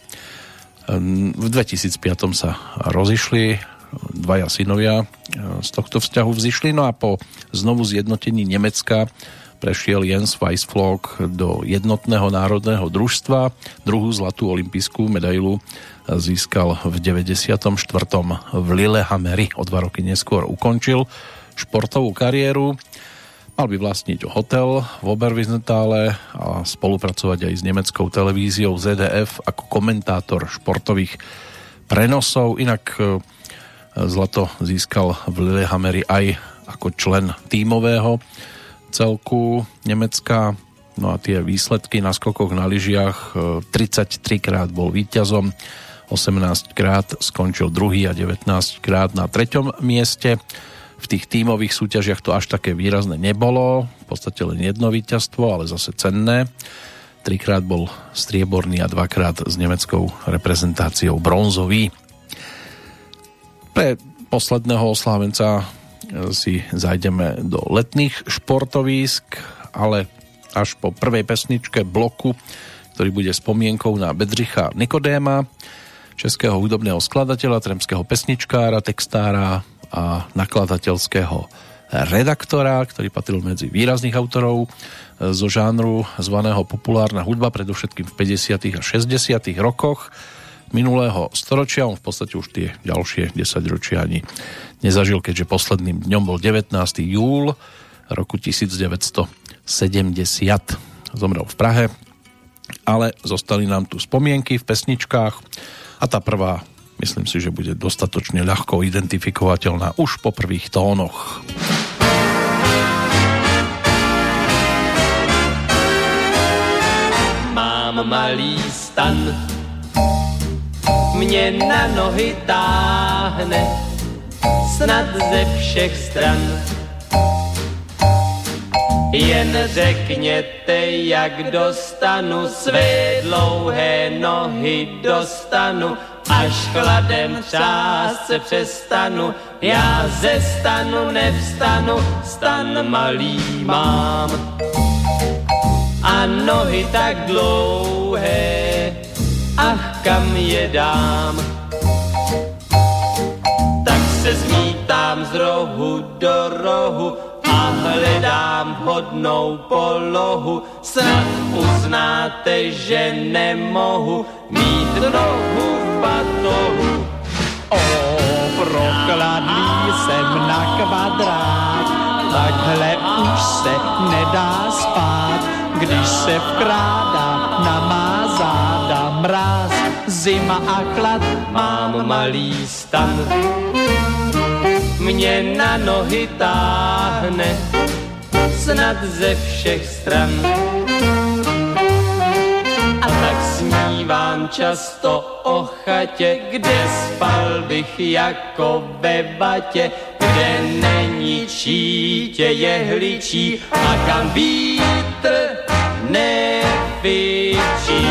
V 2005 sa rozišli, 2 synovia z tohto vzťahu vzišli, no a po znovu zjednotení Nemecka prešiel Jens Weissflog do jednotného národného družstva. Druhú zlatú olympijskú medailu získal v 94. v Lillehammeri. O 2 roky neskôr ukončil športovú kariéru. Mal by vlastniť hotel v Oberwiesenthale a spolupracovať aj s nemeckou televíziou ZDF ako komentátor športových prenosov. Inak zlato získal v Lillehammeri aj ako člen tímového celku Nemecka. No a tie výsledky na skokoch na lyžiach: 33 krát bol víťazom, 18 krát skončil druhý a 19 krát na 3. mieste. V tých tímových súťažiach to až také výrazné nebolo, v podstate len jedno víťazstvo, ale zase cenné. 3-krát bol strieborný a 2-krát s nemeckou reprezentáciou bronzový. Pre posledného oslávenca si zajdeme do letných športovísk, ale až po prvej pesničke bloku, ktorý bude spomienkou na Bedřicha Nikodéma, českého hudobného skladateľa, tremského pesničkára, textára a nakladateľského redaktora, ktorý patril medzi výrazných autorov zo žánru zvaného populárna hudba, predovšetkým v 50. a 60. rokoch minulého storočia. On v podstate už tie ďalšie 10 ročia ani nezažil, keďže posledným dňom bol 19. júl roku 1970. Zomrel v Prahe, ale zostali nám tu spomienky v pesničkách a tá prvá, myslím si, že bude dostatočne ľahko identifikovateľná už po prvých tónoch. Mám malý stan, mě na nohy táhne, snad ze všech stran. Jen řekněte, jak dostanu své dlouhé nohy dostanu, až chladem třást se přestanu. Já ze stanu nevstanu, stan malý mám a nohy tak dlouhé, ach kam je dám. Tak se zmítám z rohu do rohu a hledám vhodnou polohu. Snad uznáte, že nemohu mít nohu v batohu. O, prokladlý jsem na kvadrát, takhle už se nedá spát, když se vkrádá na má záda mráz, zima a chlad. Mám malý stan, mě na nohy táhne, snad ze všech stran. A tak snívám často o chatě, kde spal bych jako ve vatě, kde není čítě jehličí a kam vítr nevyčí.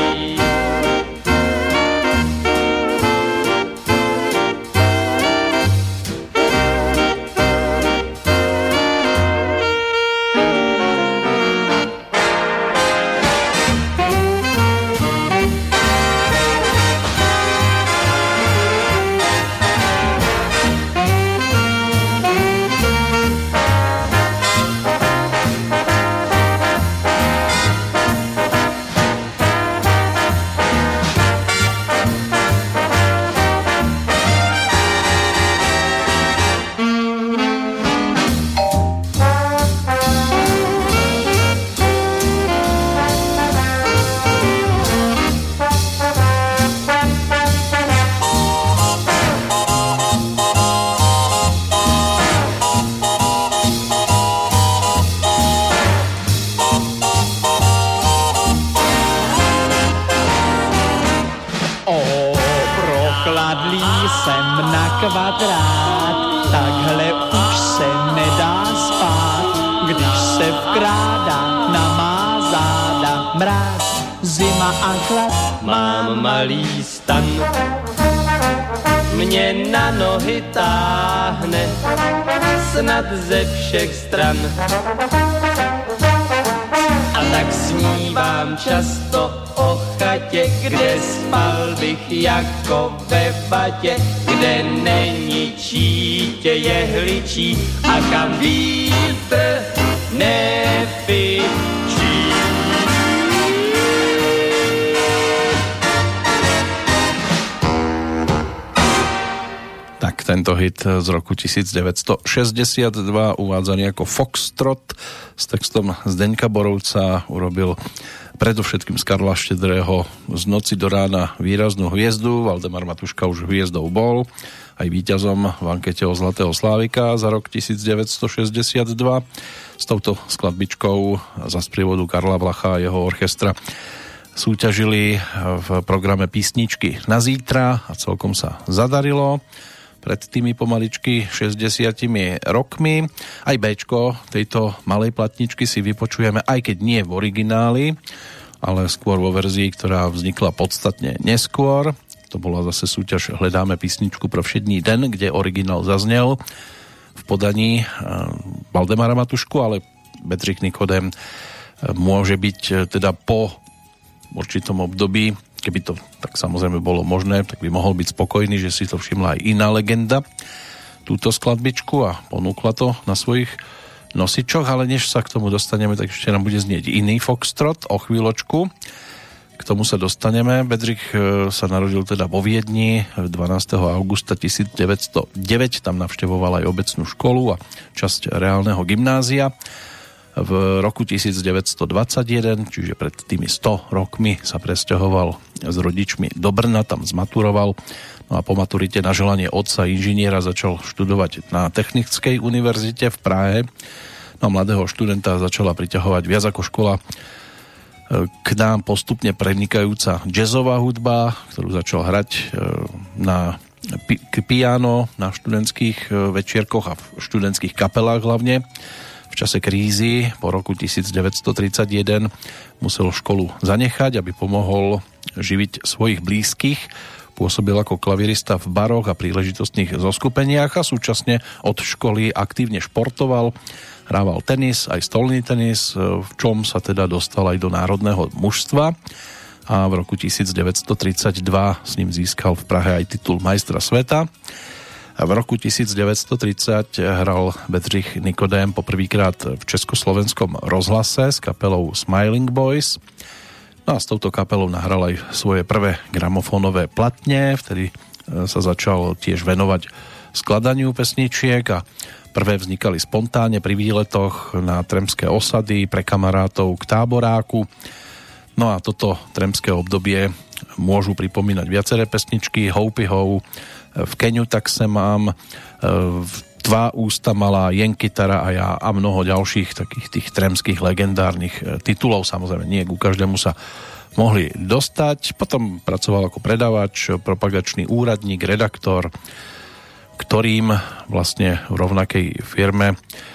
Kvadrát, takhle už se nedá spát, když se vkrádá na má záda mráz, zima a chlad. Mám malý stan, mě na nohy táhne, snad ze všech stran. A tak snívám často o chatě, kde spal bych jako ve vatě, kde není čítě jehličí a kam vítr nevyčí. Tak tento hit z roku 1962 uvádzaný ako Foxtrot s textom Zdeňka Borovca urobil predovšetkým z Karla Štedrého z noci do rána výraznú hviezdu. Valdemar Matuška už hviezdou bol, aj víťazom v ankete o Zlatého Slávika za rok 1962. S touto skladbičkou za sprievodu Karla Vlacha a jeho orchestra súťažili v programe Písničky na zítra a celkom sa zadarilo. Pred tými pomaličky 60 rokmi. Aj Bčko tejto malej platničky si vypočujeme, aj keď nie v origináli, ale skôr vo verzii, ktorá vznikla podstatne neskôr. To bola zase súťaž Hledáme písničku pro všední den, kde originál zaznel v podaní Valdemara Matušku, ale Bedřich Nikodém môže byť teda po určitom období, keby to tak samozrejme bolo možné, tak by mohol byť spokojný, že si to všimla aj iná legenda, túto skladbičku, a ponúkla to na svojich nosičoch, ale než sa k tomu dostaneme, tak ešte nám bude znieť iný foxtrot o chvíľočku. K tomu sa dostaneme. Bedřich sa narodil teda vo Viedni 12. augusta 1909, tam navštevoval aj obecnú školu a časť reálneho gymnázia. V roku 1921, čiže pred tými 100 rokmi, sa presťahoval s rodičmi do Brna, tam zmaturoval. No a po maturite na želanie otca inžiniera začal študovať na Technickej univerzite v Prahe. No a mladého študenta začala priťahovať viac ako škola k nám postupne prenikajúca jazzová hudba, ktorú začal hrať na piano na študentských večierkoch a v študentských kapelách hlavne. V čase krízy po roku 1931 musel školu zanechať, aby pomohol živiť svojich blízkych. Pôsobil ako klavirista v baroch a príležitostných zoskupeniach a súčasne od školy aktívne športoval. Hrával tenis, aj stolný tenis, v čom sa teda dostal aj do národného mužstva. A v roku 1932 s ním získal v Prahe aj titul majstra sveta. A v roku 1930 hral Bedřich Nikodém poprvýkrát v československom rozhlase s kapelou Smiling Boys. No a s touto kapelou nahral aj svoje prvé gramofónové platne, vtedy sa začal tiež venovať skladaniu pesničiek a prvé vznikali spontánne pri výletoch na tremské osady, pre kamarátov k táboráku. No a toto tremské obdobie môžu pripomínať viaceré pesničky, Houpy Hou, V Keňu tak se mám, Tvá ústa malá, Jen kytara a ja a mnoho ďalších takých tých tremských legendárnych titulov. Samozrejme nie ku každému sa mohli dostať. Potom pracoval ako predavač, propagačný úradník, redaktor, ktorým vlastne v rovnakej firme,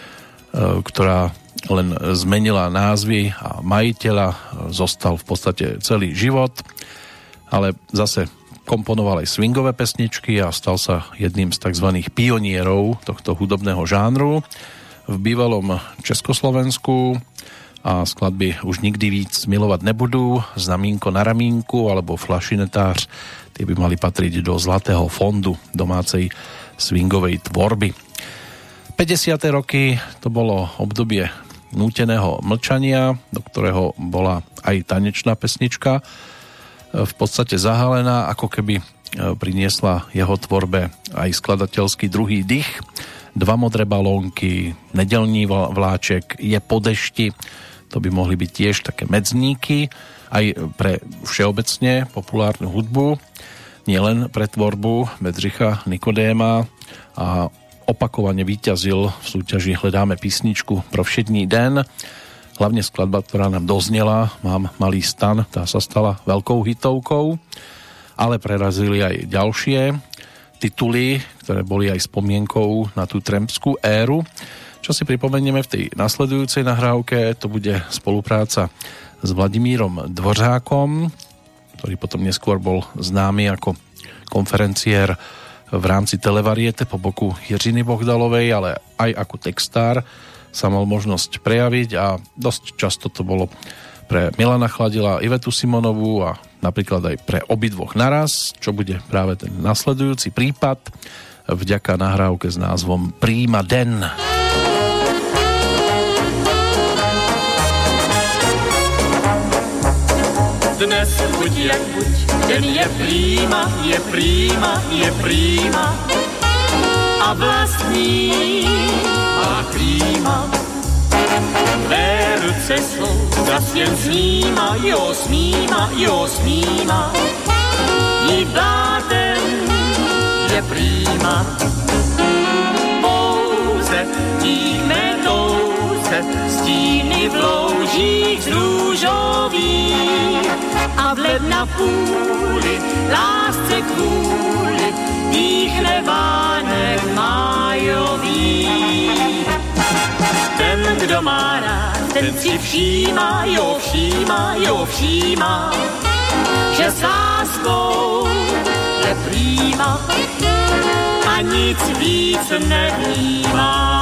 ktorá len zmenila názvy a majiteľa, zostal v podstate celý život, ale zase komponoval aj swingové pesničky a stal sa jedným z tzv. Pionierov tohto hudobného žánru v bývalom Československu. A skladby Už nikdy víc milovať nebudú, Znamínko na ramínku alebo Flašinetář, tie by mali patriť do zlatého fondu domácej swingovej tvorby. 50. roky to bolo obdobie núteného mlčania, do ktorého bola aj tanečná pesnička v podstate zahalená, ako keby priniesla jeho tvorbe aj skladateľský druhý dych. Dva modré balónky, Nedelní vláček, Je po dešti, to by mohli byť tiež také medzníky aj pre všeobecne populárnu hudbu, nielen pre tvorbu Bedřicha Nikodéma, a opakovane víťazil v súťaži Hledáme písničku pro všední den. Hlavne skladba, ktorá nám doznela, Mám malý stan, tá sa stala veľkou hitovkou, ale prerazili aj ďalšie tituly, ktoré boli aj spomienkou na tú trempskú éru. Čo si pripomenieme v tej nasledujúcej nahrávke, to bude spolupráca s Vladimírom Dvořákom, ktorý potom neskôr bol známy ako konferenciér v rámci Televariete po boku Jiřiny Bohdalovej, ale aj ako textár sa mal možnosť prejaviť a dosť často to bolo pre Milana Chladila, Ivetu Simonovú a napríklad aj pre obidvoch naraz, čo bude práve ten nasledujúci prípad vďaka nahrávke s názvom Prima den. Dnes buď jak buď, den je prima, je prima, je prima a vlastní má klíma. Tvé ruce jsou zas jen sníma, jo sníma, jo sníma. Divná den je prima. Pouze tíhne touze stíny v loužích z růžových a v led na půli lásce kvůli dýchne vánek májový. Ten, kdo má rád ten si všímá, jo všímá, že s láskou je prýma a nic víc nevnímá.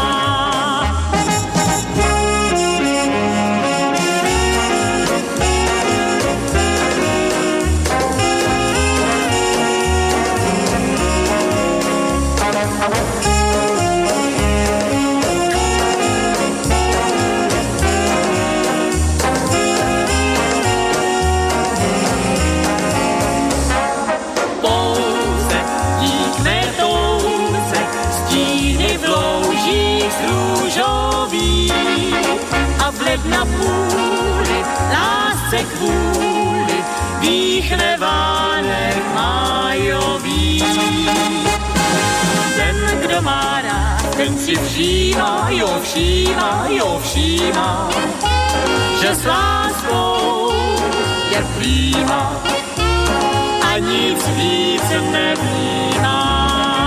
Na půli, lásce kvůli, dýchne vánek májový. Ten, kdo má rád, ten si všímá, jo všímá, že s láskou je prýma a nic víc nevnímá.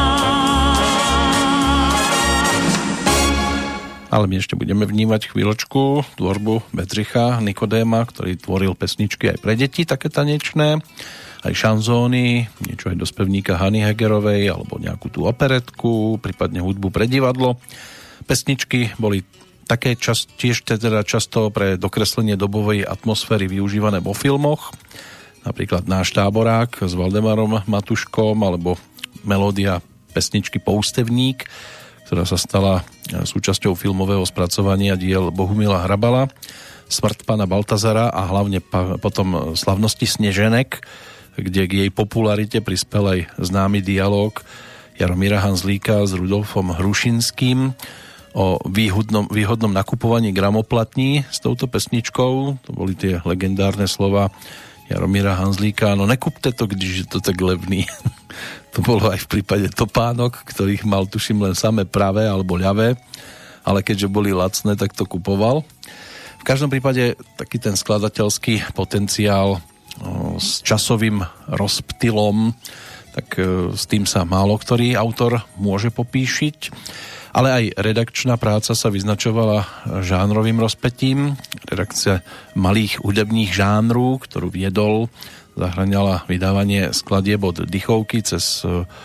Ale my ešte budeme vnímať chvíľočku tvorbu Bedřicha Nikodéma, ktorý tvoril pesničky aj pre deti, také tanečné, aj šanzóny, niečo aj do spevníka Hany Hegerovej, alebo nejakú tú operetku, prípadne hudbu pre divadlo. Pesničky boli také tiež teda často pre dokreslenie dobovej atmosféry využívané vo filmoch, napríklad Náš táborák s Valdemarom Matuškom, alebo melódia pesničky Poustevník, ktorá sa stala súčasťou filmového spracovania diel Bohumila Hrabala, Smrt pána Baltazara a hlavne potom Slavnosti Sneženek, kde k jej popularite prispel aj známy dialóg Jaromíra Hanzlíka s Rudolfom Hrušinským o výhodnom nakupovaní gramoplatní s touto pesničkou. To boli tie legendárne slova Jaromíra Hanzlíka: no nekupte to, když je to tak levný. To bolo aj v prípade topánok, ktorých mal, tuším, len samé pravé alebo ľavé, ale keďže boli lacné, tak to kupoval. V každom prípade taký ten skladateľský potenciál s časovým rozptylom, tak s tým sa málo ktorý autor môže popíšiť, ale aj redakčná práca sa vyznačovala žánrovým rozpetím. Redakcia malých hudebných žánrov, ktorú viedol, zahŕňala vydávanie skladieb od dychovky cez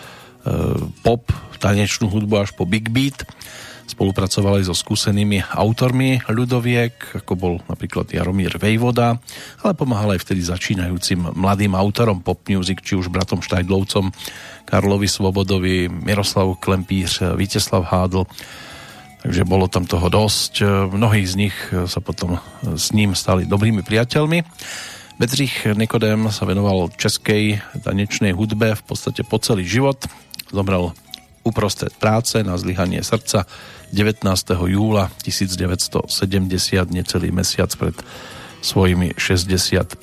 pop, tanečnú hudbu až po big beat. Spolupracovali so skúsenými autormi ľudoviek, ako bol napríklad Jaromír Vejvoda, ale pomáhal aj vtedy začínajúcim mladým autorom pop music, či už bratom Štajdlovcom, Karlovi Svobodovi, Miroslav Klempíř, Vítězslav Hádl. Takže bolo tam toho dosť. Mnohí z nich sa potom s ním stali dobrými priateľmi. Bedřich Nikodém sa venoval českej tanečnej hudbe v podstate po celý život. Zomrel uprostred práce na zlyhanie srdca 19. júla 1970, necelý mesiac pred svojimi 61.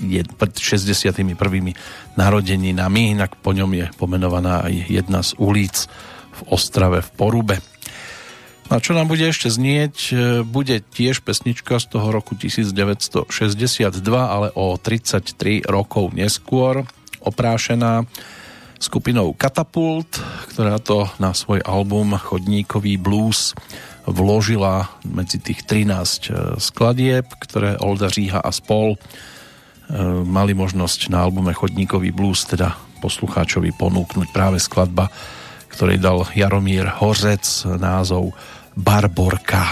narodeninami. Inak po ňom je pomenovaná aj jedna z ulic v Ostrave v Porube. A čo nám bude ešte znieť, bude tiež pesnička z toho roku 1962, ale o 33 rokov neskôr, oprášená skupinou Katapult, ktorá to na svoj album Chodníkový blues vložila medzi tých 13 skladieb, ktoré Olda Říha a spol mali možnosť na albume Chodníkový blues teda poslucháčovi ponúknuť práve skladba, ktorej dal Jaromír Hořec názov Barborka.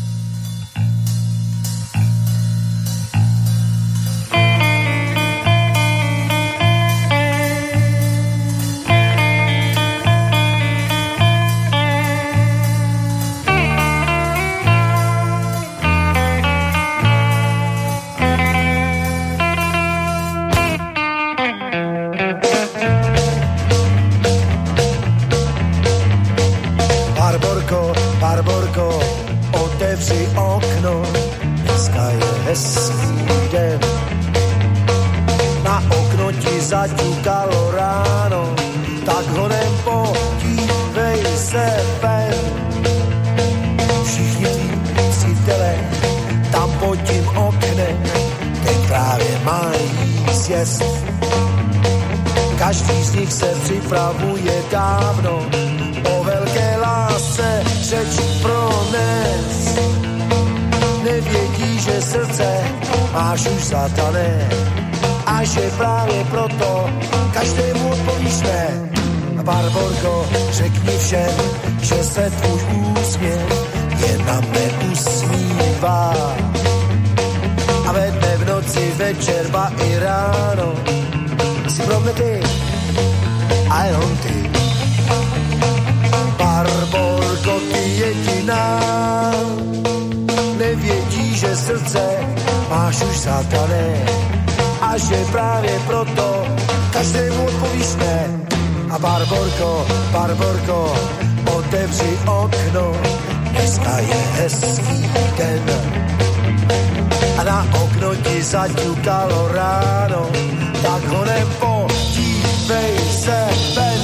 Barborko, otevři okno, dneska je hezký den. Na okno ti zaťukalo ráno, tak honem podívej se ven. Všichni tví přítele tam pod tím oknem, teď právě mají sjezd. Každý z nich se připravuje dávno o velké lásce řeč prones. Nevědí, že máš už zatané a že právě proto každému odpovíš ne. Barborko, řekni všem, že se tvůj úsměv jen na mne usmívá. A ve dne, v noci, večer, ba i ráno si pro mne ty a jenom ty. Barborko, ty jediná, nevědí, že srdce máš už zatané a že právě proto každému odpovíš ne. A Barborko, Barborko, otevři okno, dneska je hezký den. A na okno ti zaťukalo ráno, tak ho nepodívej se ven.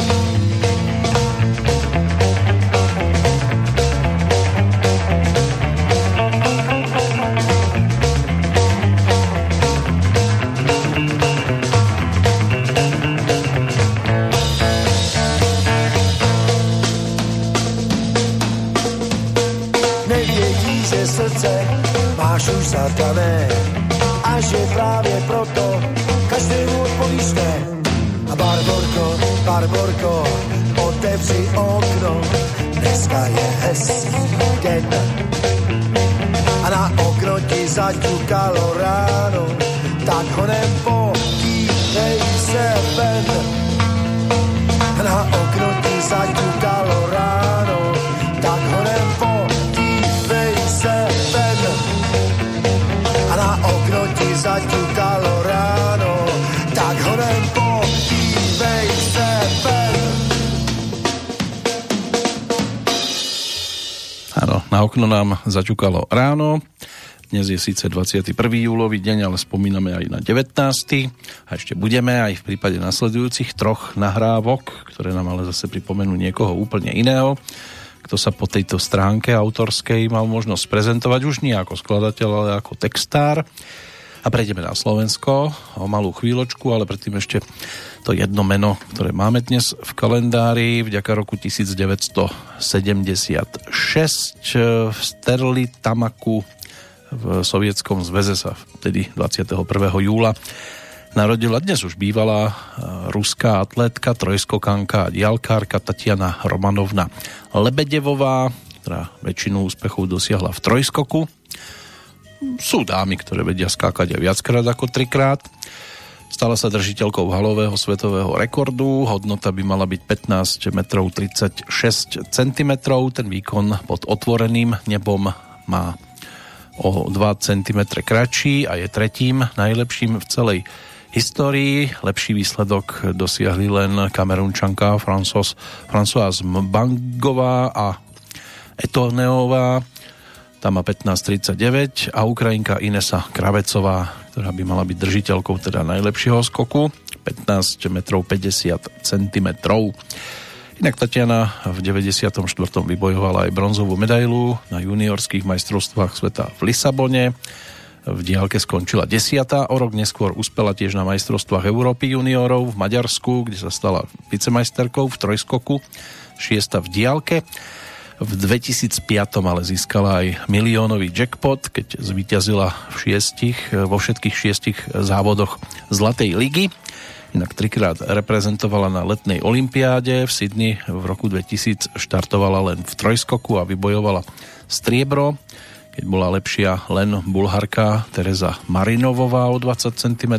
Srdce máš už zatané a že právě proto každému odpovíš ne. A Barborko, Barborko, otevři okno, dneska je hezký den. A na okno ti zaťukalo ráno, tak ho nepodívej se ven. A na okno ti zaťukalo ráno, tak ho nepodívej se ven. A na okno ti zaťukalo ráno, tak ho nepodívej se ven. Áno, na okno nám zaťukalo ráno. Dnes je síce 21. júlový deň, ale spomíname aj na 19. A ešte budeme aj v prípade nasledujúcich troch nahrávok, ktoré nám ale zase pripomenú niekoho úplne iného, kto sa po tejto stránke autorskej mal možnosť prezentovať už nie ako skladateľ, ale ako textár. A prejdeme na Slovensko o malú chvíľočku, ale predtým ešte to jedno meno, ktoré máme dnes v kalendári. Vďaka roku 1976 v Sterli Tamaku v Sovietskom zväze sa vtedy 21. júla narodila dnes už bývalá ruská atlétka, trojskokanka a diaľkárka Tatiana Romanovna Lebedevová, ktorá väčšinu úspechov dosiahla v trojskoku. Sú dámy, ktoré vedia skákať aj viackrát ako trikrát. Stala sa držiteľkou halového svetového rekordu. Hodnota by mala byť 15 metrov 36 cm. Ten výkon pod otvoreným nebom má o 2 cm kratší a je tretím najlepším v celej histórii. Lepší výsledok dosiahli len Kamerunčanka Françoise Mbangová a Etoneová. Tá má 15,39 a Ukrajinka Inesa Kravecová, ktorá by mala byť držiteľkou teda najlepšieho skoku, 15 metrov 50 cm. Inak Tatiana v 94. vybojovala aj bronzovú medailu na juniorských majstrovstvách sveta v Lisabone. V diaľke skončila 10. O rok neskôr uspela tiež na majstrovstvách Európy juniorov v Maďarsku, kde sa stala vicemajsterkou v trojskoku, 6. v diaľke. V 2005. ale získala aj miliónový jackpot, keď zvíťazila vo všetkých 6 závodoch Zlatej ligy. Inak 3-krát reprezentovala na letnej olympiáde v Sydney. V roku 2000 štartovala len v trojskoku a vybojovala striebro, keď bola lepšia len Bulharka Tereza Marinovová o 20 cm.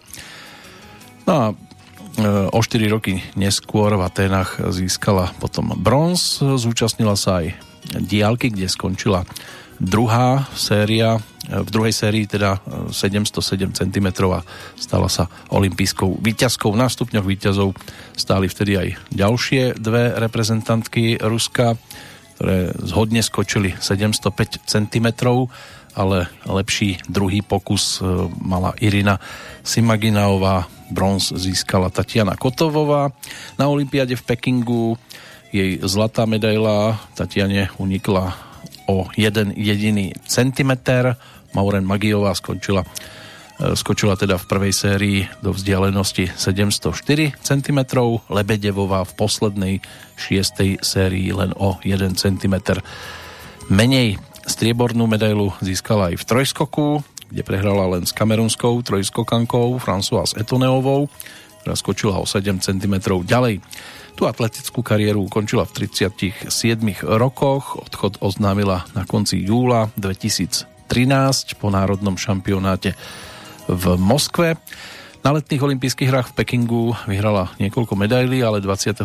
No a o 4 roky neskôr v Aténach získala potom bronz. Zúčastnila sa aj diaľky, kde skončila druhá séria. V druhej sérii teda 707 cm a stala sa olympijskou víťazkou. Na stupňoch víťazov stáli vtedy aj ďalšie dve reprezentantky Ruska, ktoré zhodne skočili 705 cm, ale lepší druhý pokus mala Irina Simaginaová. Bronz získala Tatiana Kotovová. Na olympiáde v Pekingu jej zlatá medaila Tatiane unikla o 1 jediný centimeter. Mauren Magijová skočila teda v prvej sérii do vzdialenosti 704 cm. Lebedevová v poslednej 6. sérii len o 1 cm menej. Striebornú medailu získala aj v trojskoku, kde prehrala len s kamerunskou trojskokankou Françoise Etoneovou, ktorá skočila o 7 cm ďalej. Tú atletickú kariéru ukončila v 37 rokoch, odchod oznámila na konci júla 2013 po národnom šampionáte v Moskve. Na letných olympijských hrách v Pekingu vyhrala niekoľko medailí, ale 25.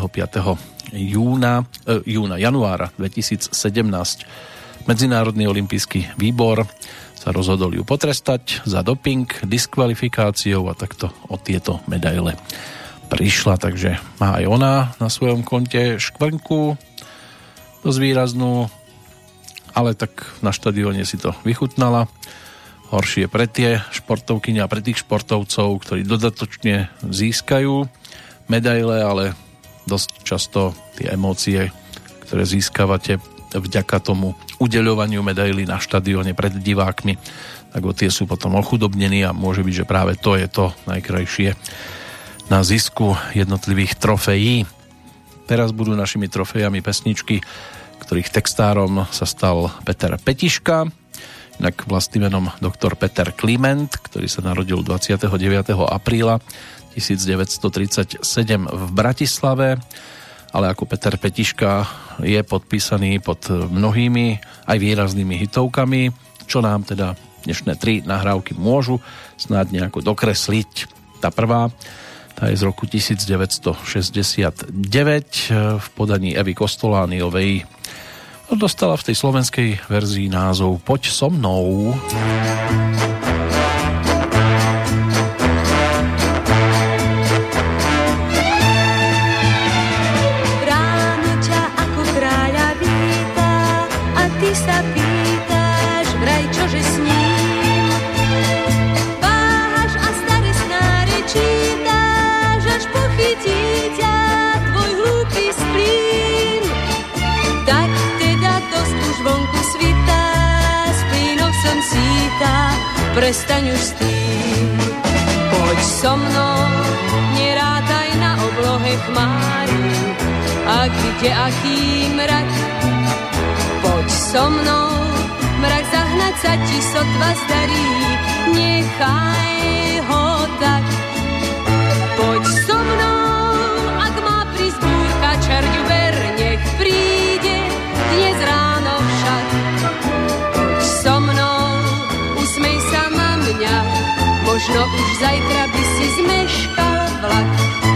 januára 2017 Medzinárodný olympijský výbor sa rozhodol ju potrestať za doping, diskvalifikáciou a takto o tieto medaile prišla, takže má aj ona na svojom konte škvrnku dosť výraznú, ale tak na štadióne si to vychutnala. Horšie pre tie športovkyne a pre tých športovcov, ktorí dodatočne získajú medaile, ale dosť často tie emócie, ktoré získavate vďaka tomu udeľovaniu medailí na štadióne pred divákmi, tak o tie sú potom ochudobnení a môže byť, že práve to je to najkrajšie na zisku jednotlivých trofejí. Teraz budú našimi trofejami pesničky, ktorých textárom sa stal Peter Petiška, inak vlastným menom doktor Peter Kliment, ktorý sa narodil 29. apríla 1937 v Bratislave, ale ako Peter Petiška je podpísaný pod mnohými aj výraznými hitovkami, čo nám teda dnešné 3 nahrávky môžu snáď nejako dokresliť. Tá prvá, tá je z roku 1969 v podaní Evy Kostolániovej. Dostala v tej slovenskej verzii názov Poď so mnou. Ráno ťa ako kráľa víta a ty sa pýtaš, vraj čože s ním. Váhaš a staré snáre čítaš, až pochytí ťa tvoj hlúpy splín. Tak teda dosť už vonku svitá, z plínov som síta, prestaň už s tým. Poď so mnou, nerátaj na oblohe chmáry, a kde aký mrak. Poď so mnou, mrak zahnať sa ti sotva zdarí, nechaj ho tak. Poď so mnou, ak má prísť búrka, čarďuber, nech príde dnes ráno však. Poď so mnou, usmej sa na mňa, možno už zajtra by si zmeškal vlak.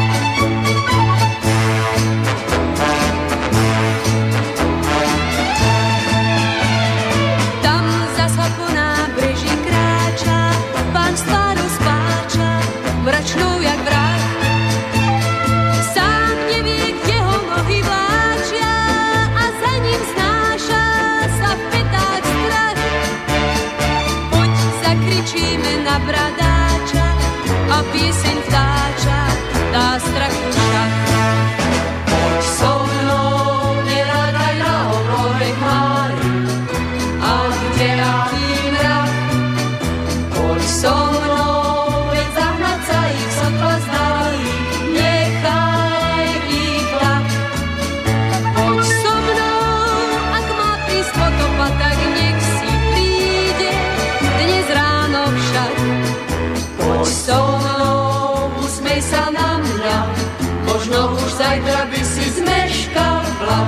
Tam zas po nábreží kráča pán s tvárou spáča, mračnou jak vrah. Sám nevie, kde ho nohy vláčia a za ním znáša sa v petách strach. Poď zakričíme na bradáča a pieseň vtáča dá strachu šach. Poď so mnou, nerádaj na oblohe chmáry, a kde aký mrak. Poď so mnou, veď zahnať sa ich sotva zdarí, nechaj ich tak. Poď so mnou, ak má prísť potopa, tak nech si príde dnes ráno však. Poď so mnou, usmej sa na mňa, možno už zajtra by si zmeškal vlak.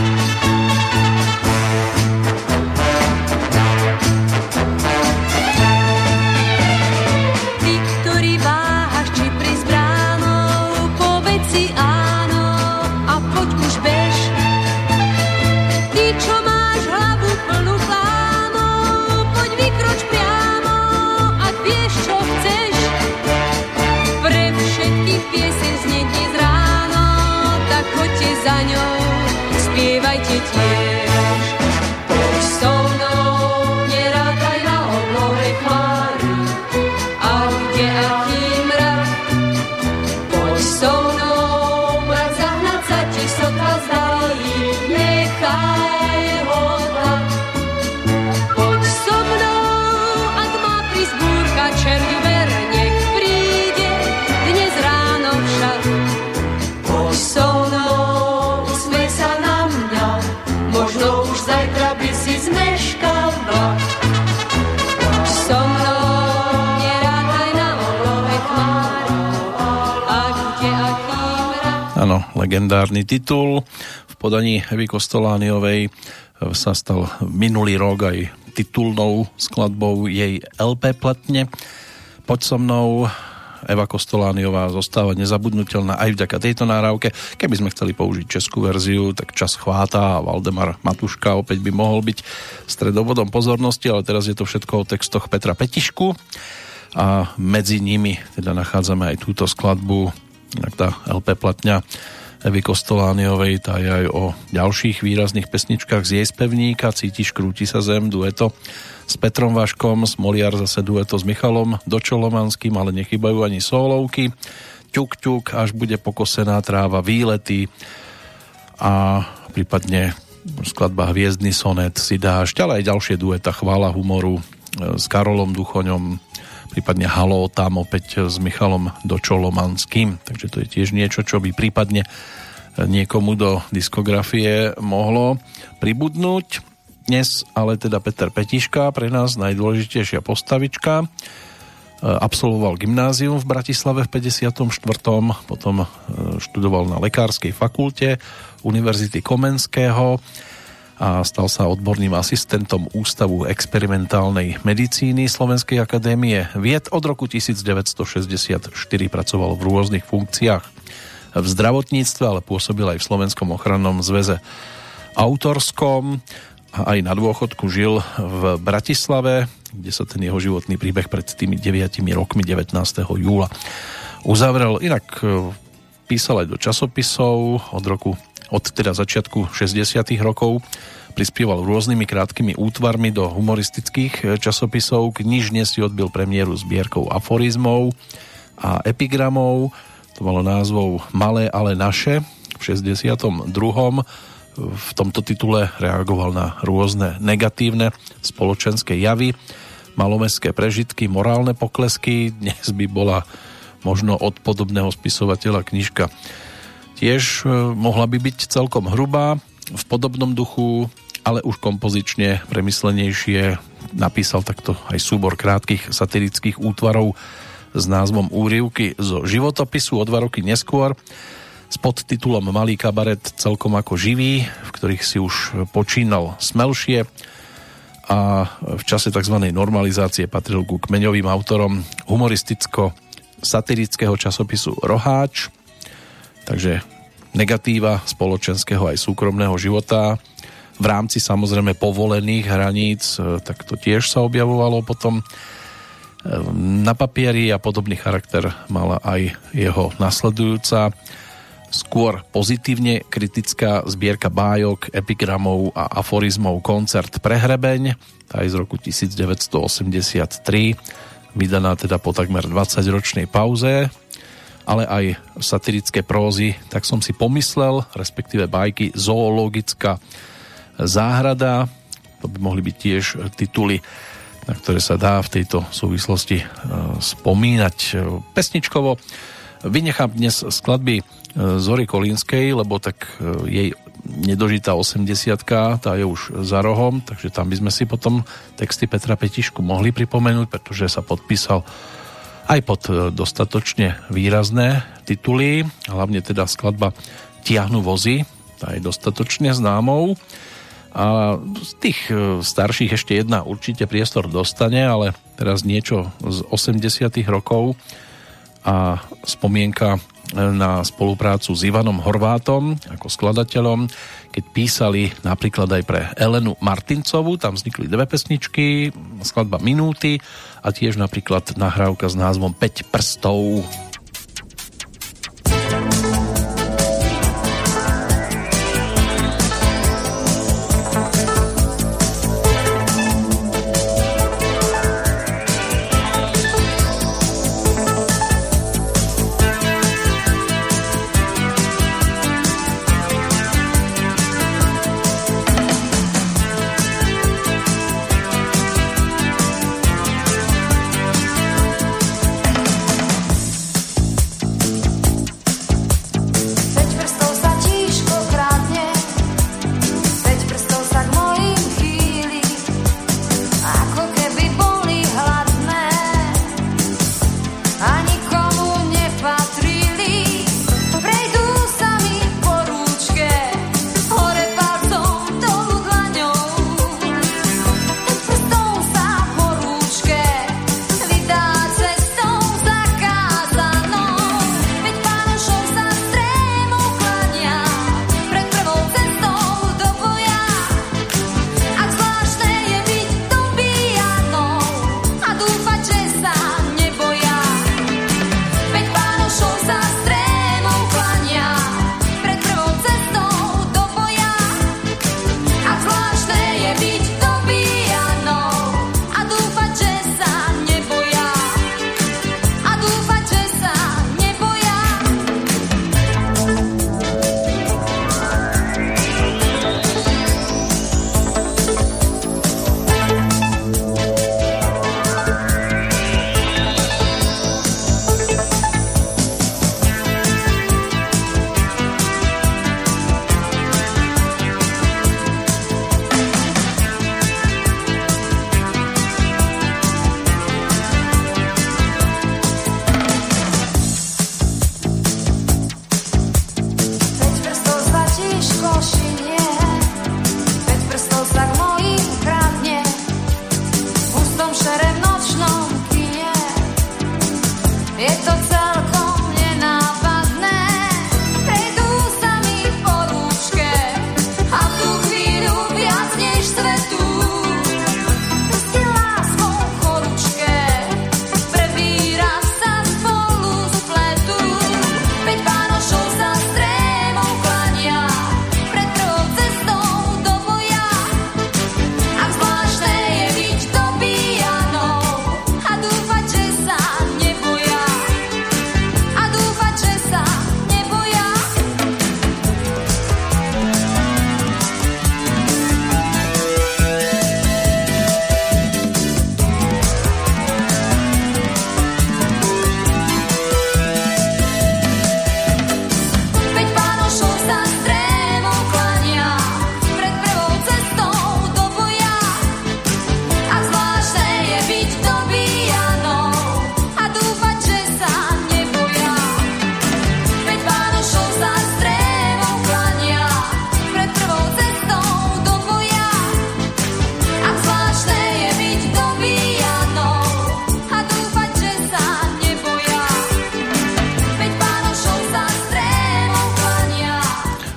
Ty, ktorý váhaš, či prísť bránou, povedz si áno a poď už bež. Ty, čo máš hlavu plnú plámov, poď vykroč priamo, ak vieš, čo chceš. Pre všetkých pieseň znie dnes ráno, tak choďte za ňou, spievajte tiež. Poď so mnou, nerátaj na oblohe chmáry, a kde aký mrak. Poď so mnou, mrak zahnať sa ti sotva zdarí, nechaj ho tak. Poď so mnou, ak má prísť búrka, čerňuber, nech príde dnes ráno však. Poď so mnou, usmej sa na mňa, Áno, legendárny titul. V podaní Evy Kostolániovej sa stal minulý rok aj titulnou skladbou jej LP platne. Poď so mnou, Eva Kostolániová zostáva nezabudnutelná aj vďaka tejto nahrávke. Keby sme chceli použiť českú verziu, tak čas chváta a Valdemar Matuška opäť by mohol byť stredobodom pozornosti, ale teraz je to všetko o textoch Petra Petišku a medzi nimi teda nachádzame aj túto skladbu. Inak tá LP platňa Evy Kostolániovej, tá je aj o ďalších výrazných pesničkách z jej spevníka. Cítiš, krúti sa zem, dueto s Petrom Vaškom, Smoliar zase dueto s Michalom Dočolomanským, ale nechybajú ani solovky. Ťuk, ťuk, až bude pokosená tráva, Výlety a prípadne skladba Hviezdny sonet, Si dážď, ale aj ďalšie dueta Chvála humoru s Karolom Duchoňom, prípadne Haló tam opäť s Michalom Dočolomanským. Takže to je tiež niečo, čo by prípadne niekomu do diskografie mohlo pribudnúť. Dnes ale teda Peter Petiška, pre nás najdôležitejšia postavička. Absolvoval gymnázium v Bratislave v 54. Potom študoval na Lekárskej fakulte Univerzity Komenského a stal sa odborným asistentom Ústavu experimentálnej medicíny Slovenskej akadémie vied. Od roku 1964 pracoval v rôznych funkciách v zdravotníctve, ale pôsobil aj v Slovenskom ochrannom zväze autorskom a aj na dôchodku žil v Bratislave, kde sa ten jeho životný príbeh pred tými 9 rokmi 19. júla uzavrel. Inak písal aj do časopisov od teda začiatku 60. rokov, prispieval rôznymi krátkými útvarmi do humoristických časopisov, knižne si odbil premiéru zbierkou aforizmov a epigramov, to malo názvov Malé, ale naše. V 62. v tomto titule reagoval na rôzne negatívne spoločenské javy, malomestské prežitky, morálne poklesky. Dnes by bola možno od podobného spisovateľa knižka tiež mohla by byť celkom hrubá. V podobnom duchu, ale už kompozične premyslenejšie napísal takto aj súbor krátkych satirických útvarov s názvom Úryvky zo životopisu. O 2 roky neskôr s podtitulom Malý kabaret celkom ako živý, v ktorých si už počínal smelšie a v čase tzv. Normalizácie patril ku kmeňovým autorom humoristicko-satirického časopisu Roháč. Takže negatíva spoločenského aj súkromného života v rámci samozrejme povolených hraníc, tak to tiež sa objavovalo potom na papieri a podobný charakter mala aj jeho nasledujúca skôr pozitívne kritická zbierka bájok, epigramov a aforizmov Koncert pre hrebeň, tá je z roku 1983, vydaná teda po takmer 20-ročnej pauze, ale aj satirické prózy, tak som si pomyslel, respektíve bajky Zoologická záhrada, to by mohli byť tiež tituly, na ktoré sa dá v tejto súvislosti spomínať. Pesničkovo vynechám dnes skladby Zory Kolínskej, lebo tak jej nedožitá 80-ka, tá je už za rohom, takže tam by sme si potom texty Petra Petišku mohli pripomenúť, pretože sa podpísal aj pod dostatočne výrazné tituly, hlavne teda skladba Tiahnu vozy, tá je dostatočne známou. A z tých starších ešte jedna určite priestor dostane, ale teraz niečo z 80. rokov a spomienka na spoluprácu s Ivanom Horvátom ako skladateľom, keď písali napríklad aj pre Elenu Martincovú, tam vznikli 2 pesničky, skladba Minúty a tiež napríklad nahrávka s názvom 5 prstov.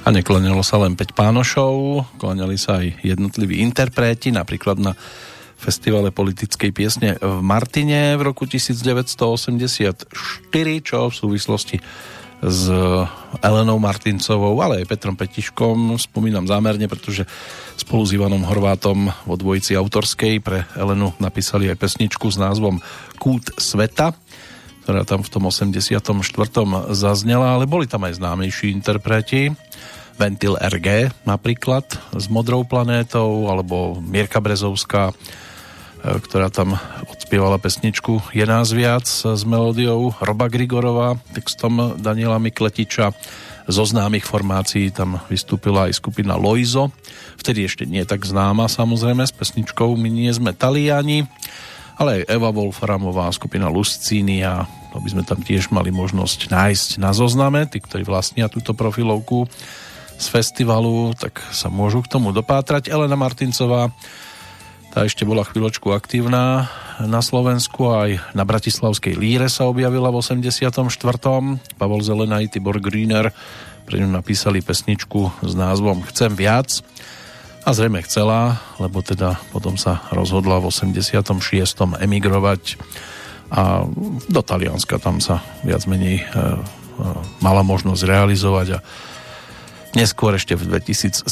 A neklanilo sa len 5 pánošov, klanili sa aj jednotliví interpreti, napríklad na festivale politickej piesne v Martine v roku 1984, čo v súvislosti s Elenou Martincovou, ale aj Petrom Petiškom spomínam zámerne, pretože spolu s Ivanom Horvátom vo dvojici autorskej pre Elenu napísali aj pesničku s názvom Kút sveta, ktorá tam v tom 84. zaznela, ale boli tam aj známejší interpreti. Ventil RG napríklad s Modrou planétou, alebo Mierka Brezovská, ktorá tam odspievala pesničku Je nás viac s melódiou Roba Grigorova, textom Daniela Mikletiča. Zo známych formácií tam vystúpila aj skupina Loizo, vtedy ešte nie tak známa samozrejme, s pesničkou My nie sme Taliani, ale aj Eva Wolframová, skupina Luscíny, a to by sme tam tiež mali možnosť nájsť na zozname. Tí, ktorí vlastnia túto profilovku z festivalu, tak sa môžu k tomu dopátrať. Elena Martincová, tá ešte bola chvíľočku aktívna na Slovensku, aj na bratislavskej Líre sa objavila v 84. Pavol Zelenaj, Tibor Grüner pre ňu napísali pesničku s názvom Chcem viac, a zrejme chcela, lebo teda potom sa rozhodla v 86. emigrovať a do Talianska tam sa viac menej mala možnosť realizovať, a neskôr ešte v 2017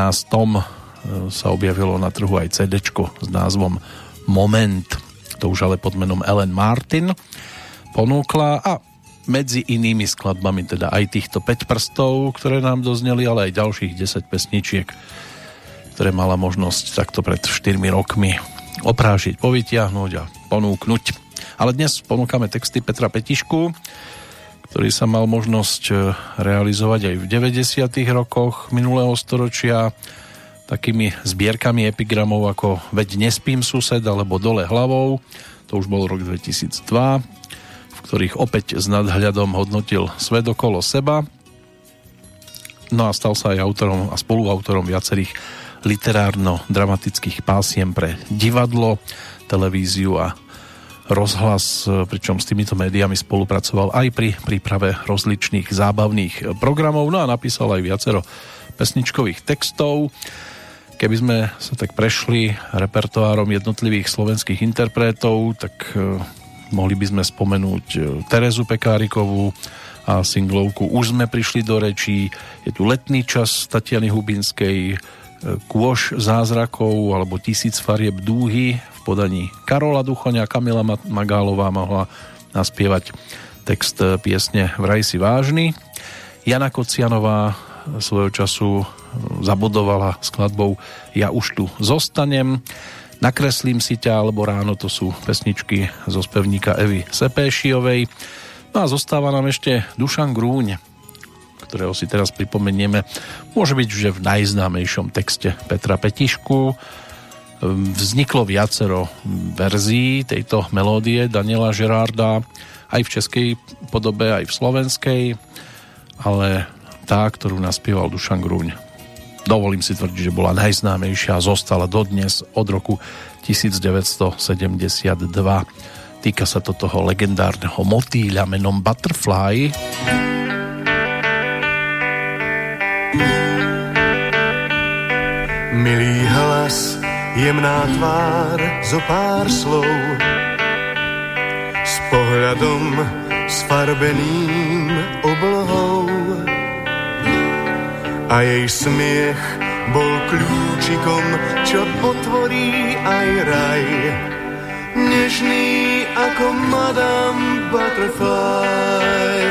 sa objavilo na trhu aj CD-čko s názvom Moment. To už ale pod menom Ellen Martin ponúkla, a medzi inými skladbami teda aj týchto 5 prstov, ktoré nám dozneli, ale aj ďalších 10 pesničiek, ktoré mala možnosť takto pred 4 rokmi oprášiť, povytiahnuť a ponúknuť. Ale dnes ponúkame texty Petra Petišku, ktorý sa mal možnosť realizovať aj v 90. rokoch minulého storočia takými zbierkami epigramov ako Veď nespím sused alebo Dole hlavou. To už bol rok 2002, v ktorých opäť s nadhľadom hodnotil svet okolo seba. No a stal sa aj autorom a spoluautorom viacerých literárno-dramatických pásiem pre divadlo, televíziu a rozhlas, pričom s týmito médiami spolupracoval aj pri príprave rozličných zábavných programov, no a napísal aj viacero pesničkových textov. Keby sme sa tak prešli repertoárom jednotlivých slovenských interpretov, tak mohli by sme spomenúť Terezu Pekárikovú a singlovku Už sme prišli do rečí. Je tu Letný čas Tatiany Hubinskej, Kôš zázrakov alebo Tisíc farieb dúhy v podaní Karola Duchoňa. Kamila Magálová mohla naspievať text piesne Vraj si vážny. Jana Kocianová svojho času zabudovala skladbou Ja už tu zostanem. Nakreslím si ťa alebo Ráno, to sú pesničky zo spevníka Evy Sepéšiovej. No a zostáva nám ešte Dušan Grúň, ktorého si teraz pripomenieme. Môže byť, že v najznámejšom texte Petra Petišku. Vzniklo viacero verzií tejto melódie Daniela Gerarda, aj v českej podobe, aj v slovenskej, ale tá, ktorú naspieval Dušan Grúň, dovolím si tvrdiť, že bola najznámejšia a zostala dodnes od roku 1972. Týka sa to toho legendárneho motýľa menom Butterfly. Milý hlas, jemná tvár, zo pár slov, s pohľadom sfarbeným oblohou. A jej smiech bol kľúčikom, čo otvorí aj raj. Nežný ako Madame Butterfly.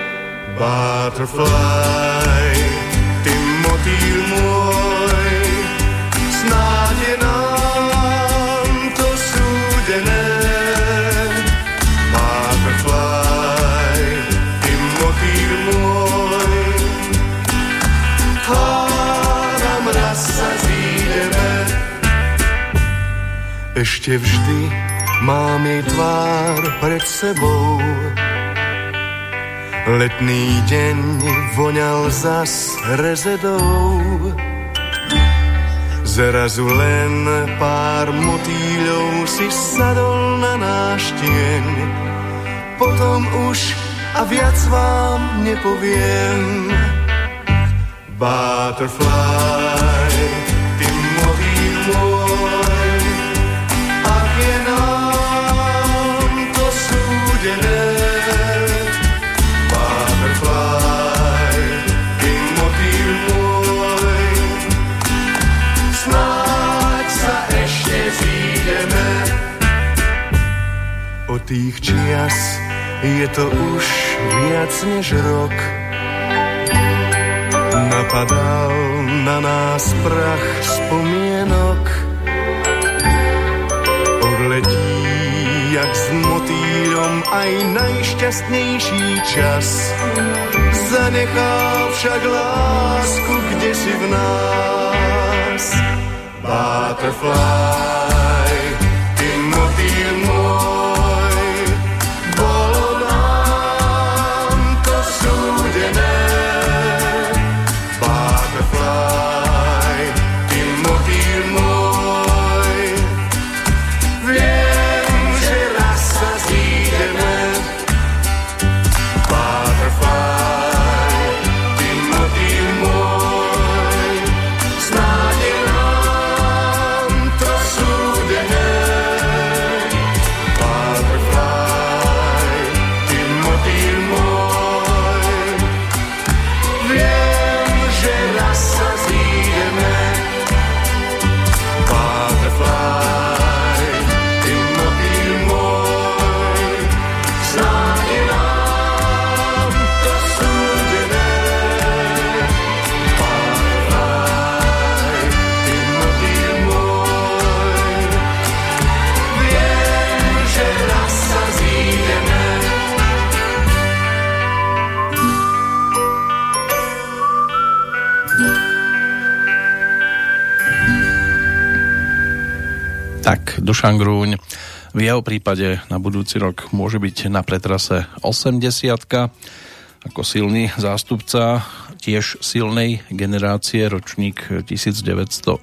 Butterfly, ty motýl môj, snáď je nám to súdené. Butterfly, ty motýl môj, hádam raz sa zídeme. Ešte vždy mám jej tvár pred sebou. Letný deň voňal zas rezedou. Zrazu len pár motýľov si sadol na náš tieň. Potom už a viac vám nepoviem. Butterfly, ty motýl môj, ak je nám to súdené. Butterfly, ty motýl môj, snáď sa ešte zídeme. Od tých čias je to už viac než rok. Napadal na nás prach spomienok. Odletí jak s motýlom aj najšťastnejší čas. Zanechá však lásku kdesi v nás. Butterfly, ty motýl môj, bolo nám to súdené. Butterfly, ty motýl môj, viem, že raz sa zídeme. Butterfly, ty motýl môj, snáď je nám to súdené. Butterfly, ty motýl môj, viem, že raz sa zídeme. Butterfly, ty motýl môj, snáď je nám to súdené. Butterfly, ty motýl môj, viem, že raz sa zídeme. Tak, Dušan Grúň v jeho prípade na budúci rok môže byť na pretrase 80-ka ako silný zástupca tiež silnej generácie, ročník 1942,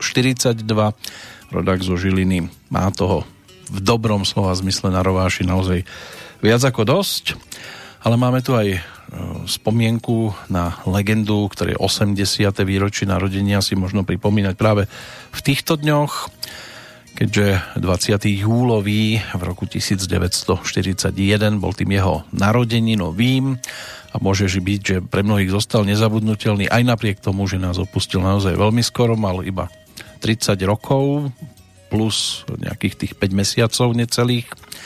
rodák zo Žiliny. Má toho v dobrom slova zmysle na rováši naozaj viac ako dosť, ale máme tu aj spomienku na legendu, ktoré 80. výročie narodenia si možno pripomínať práve v týchto dňoch, keďže 20. júlový v roku 1941 bol tým jeho narodeninovým a môže byť, že pre mnohých zostal nezabudnutelný aj napriek tomu, že nás opustil naozaj veľmi skoro, mal iba 30 rokov plus nejakých tých 5 mesiacov necelých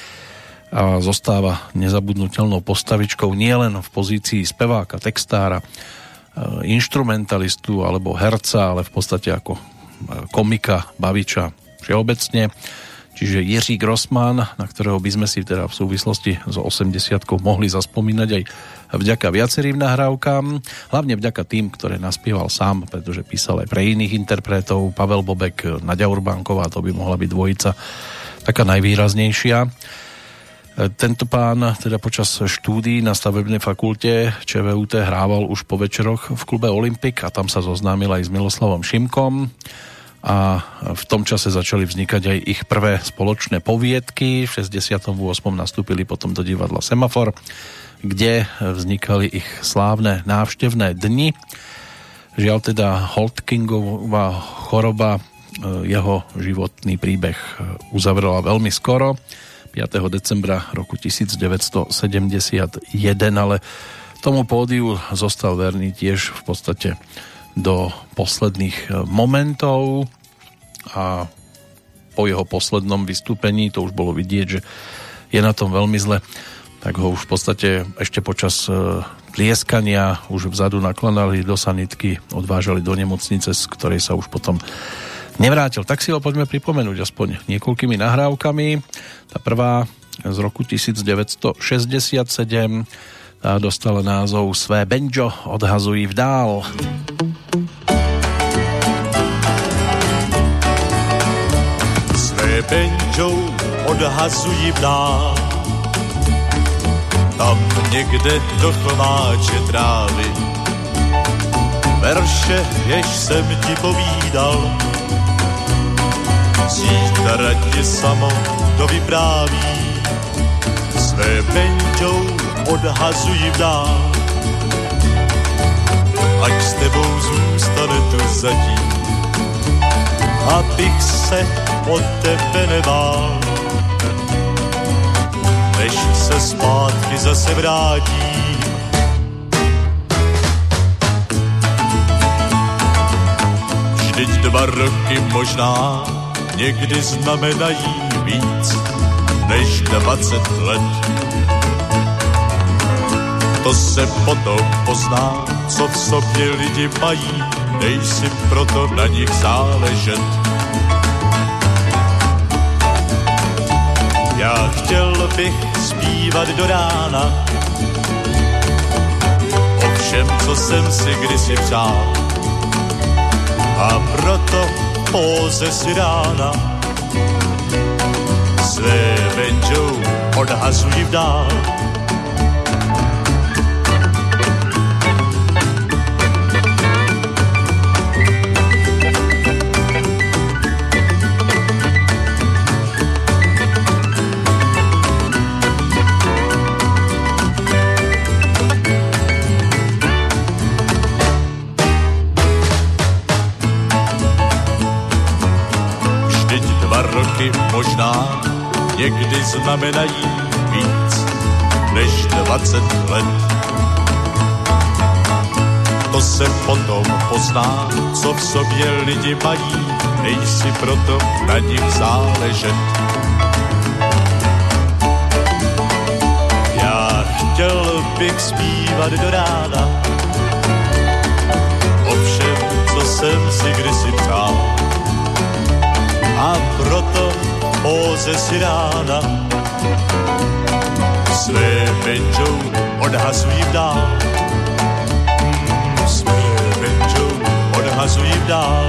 a zostáva nezabudnutelnou postavičkou nielen v pozícii speváka, textára, inštrumentalistu alebo herca, ale v podstate ako komika, baviča všeobecne. Čiže Jiří Grossman, na ktorého by sme si teda v súvislosti s 80-kou mohli zaspomínať aj vďaka viacerým nahrávkam, hlavne vďaka tým, ktoré naspieval sám, pretože písal aj pre iných interpretov, Pavel Bobek, Naďa Urbánková, to by mohla byť dvojica taká najvýraznejšia. Tento pán teda počas štúdií na stavebnej fakulte ČVUT hrával už po večeroch v klube Olympik a tam sa zoznámil aj s Miloslavom Šimkom a v tom čase začali vznikať aj ich prvé spoločné poviedky. V 68. nastúpili potom do divadla Semafor, kde vznikali ich slávne návštevné dni. Žiaľ teda Holtkingová choroba jeho životný príbeh uzavrela veľmi skoro, 5. decembra roku 1971, ale tomu pódiu zostal verný tiež v podstate do posledných momentov a po jeho poslednom vystúpení, to už bolo vidieť, že je na tom veľmi zle, tak ho už v podstate ešte počas tlieskania už vzadu nakladali do sanitky, odvážali do nemocnice, z ktorej sa už potom nevrátil. Tak si ho poďme pripomenúť aspoň niekoľkými nahrávkami. Tá prvá z roku 1967 tá dostala názov Své banjo odhazují v dál. Své banjo odhazují v dál, tam někde do chváče trávy. Verše, jež jsem ti povídal, zítra ti samo to vypráví. Své banjo odhazují v dál, ať s tebou zůstává pozadí, abych se od tebe nebál, než se zpátky zase vrátím. Vždyť 2 roky možná někdy znamenají víc než 20 let. To se potom pozná, co v sobě lidi mají, dej si proto na nich záležet. Já chtěl bych zpívat do rána o všem, co jsem si kdysi přál, a proto póze si rána své banjo odhazuji v dál. Možná někdy znamenají víc než 20 let. To se potom pozná, co v sobě lidi mají, dej si proto na nich záležet. Já chtěl bych zpívat do rána o všem, co jsem si kdysi přál, a proto póze si rána své banjo odhazují v dál. Své banjo odhazují v dál.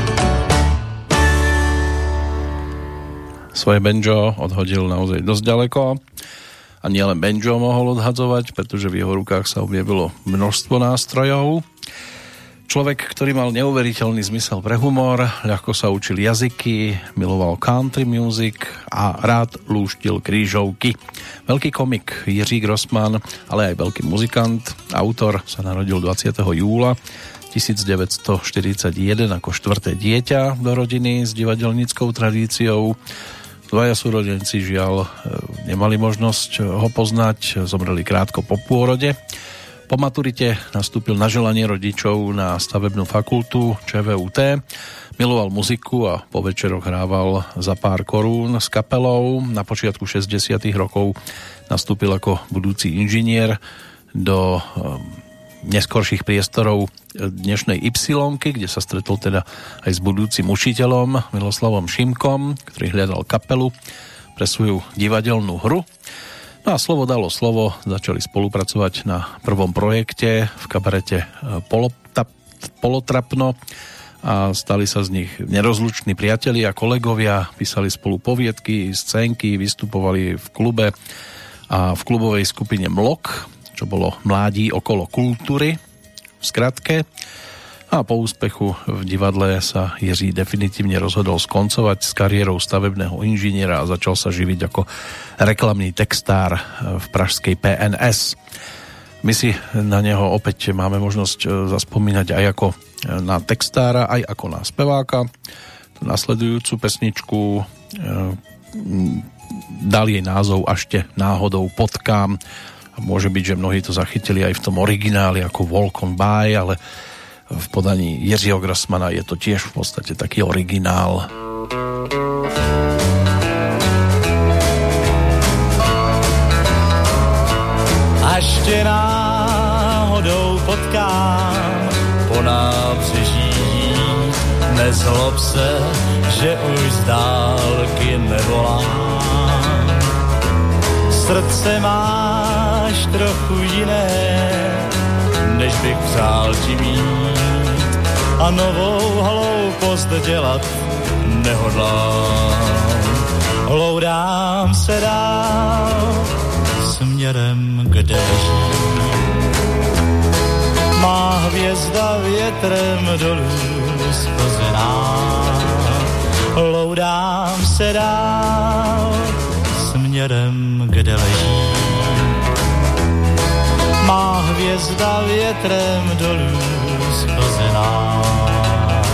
Svoje banjo odhodil naozaj dosť ďaleko. A nielen banjo mohol odhadzovať, pretože v jeho rukách sa objavilo množstvo nástrojov. Človek, ktorý mal neuveriteľný zmysel pre humor, ľahko sa učil jazyky, miloval country music a rád lúštil krížovky. Veľký komik Jiří Grossman, ale aj veľký muzikant, autor, sa narodil 20. júla 1941 ako 4. dieťa do rodiny s divadelníckou tradíciou. 2 súrodenci žiaľ nemali možnosť ho poznať, zomreli krátko po pôrode. Po maturite nastúpil na želanie rodičov na stavebnú fakultu ČVUT, miloval muziku a po večeroch hrával za pár korún s kapelou. Na počiatku 60. rokov nastúpil ako budúci inžinier do neskorších priestorov dnešnej Y-ky, kde sa stretol teda aj s budúcim učiteľom Miloslavom Šimkom, ktorý hľadal kapelu pre svoju divadelnú hru. No a slovo dalo slovo, začali spolupracovať na prvom projekte v kabarete Polotrapno a stali sa z nich nerozluční priatelia a kolegovia, písali spolu poviedky, scénky, vystupovali v klube a v klubovej skupine Mlok, čo bolo Mládí okolo kultúry v skratke. A po úspechu v divadle sa Jiří definitívne rozhodol skoncovať s kariérou stavebného inžiniera a začal sa živiť ako reklamný textár v pražskej PNS. My si na neho opäť máme možnosť zaspomínať aj ako na textára, aj ako na speváka. Nasledujúcu pesničku dal jej názov Ašte náhodou potkám. Môže byť, že mnohí to zachytili aj v tom origináli ako Walk on by, ale v podaní Jiřího Grossmana je to tiež v podstate taký originál. Až tě náhodou potkám po nábřeží, nezlob se, že už z dálky nevolám. Srdce máš trochu jiné, než bych přál ti mít, a novou hloupost dělat nehodlám. Hloudám se dál směrem, kde leží má hvězda větrem dolů schozená. Hloudám se dál směrem, kde leží má hvězda větrem dolů schozená.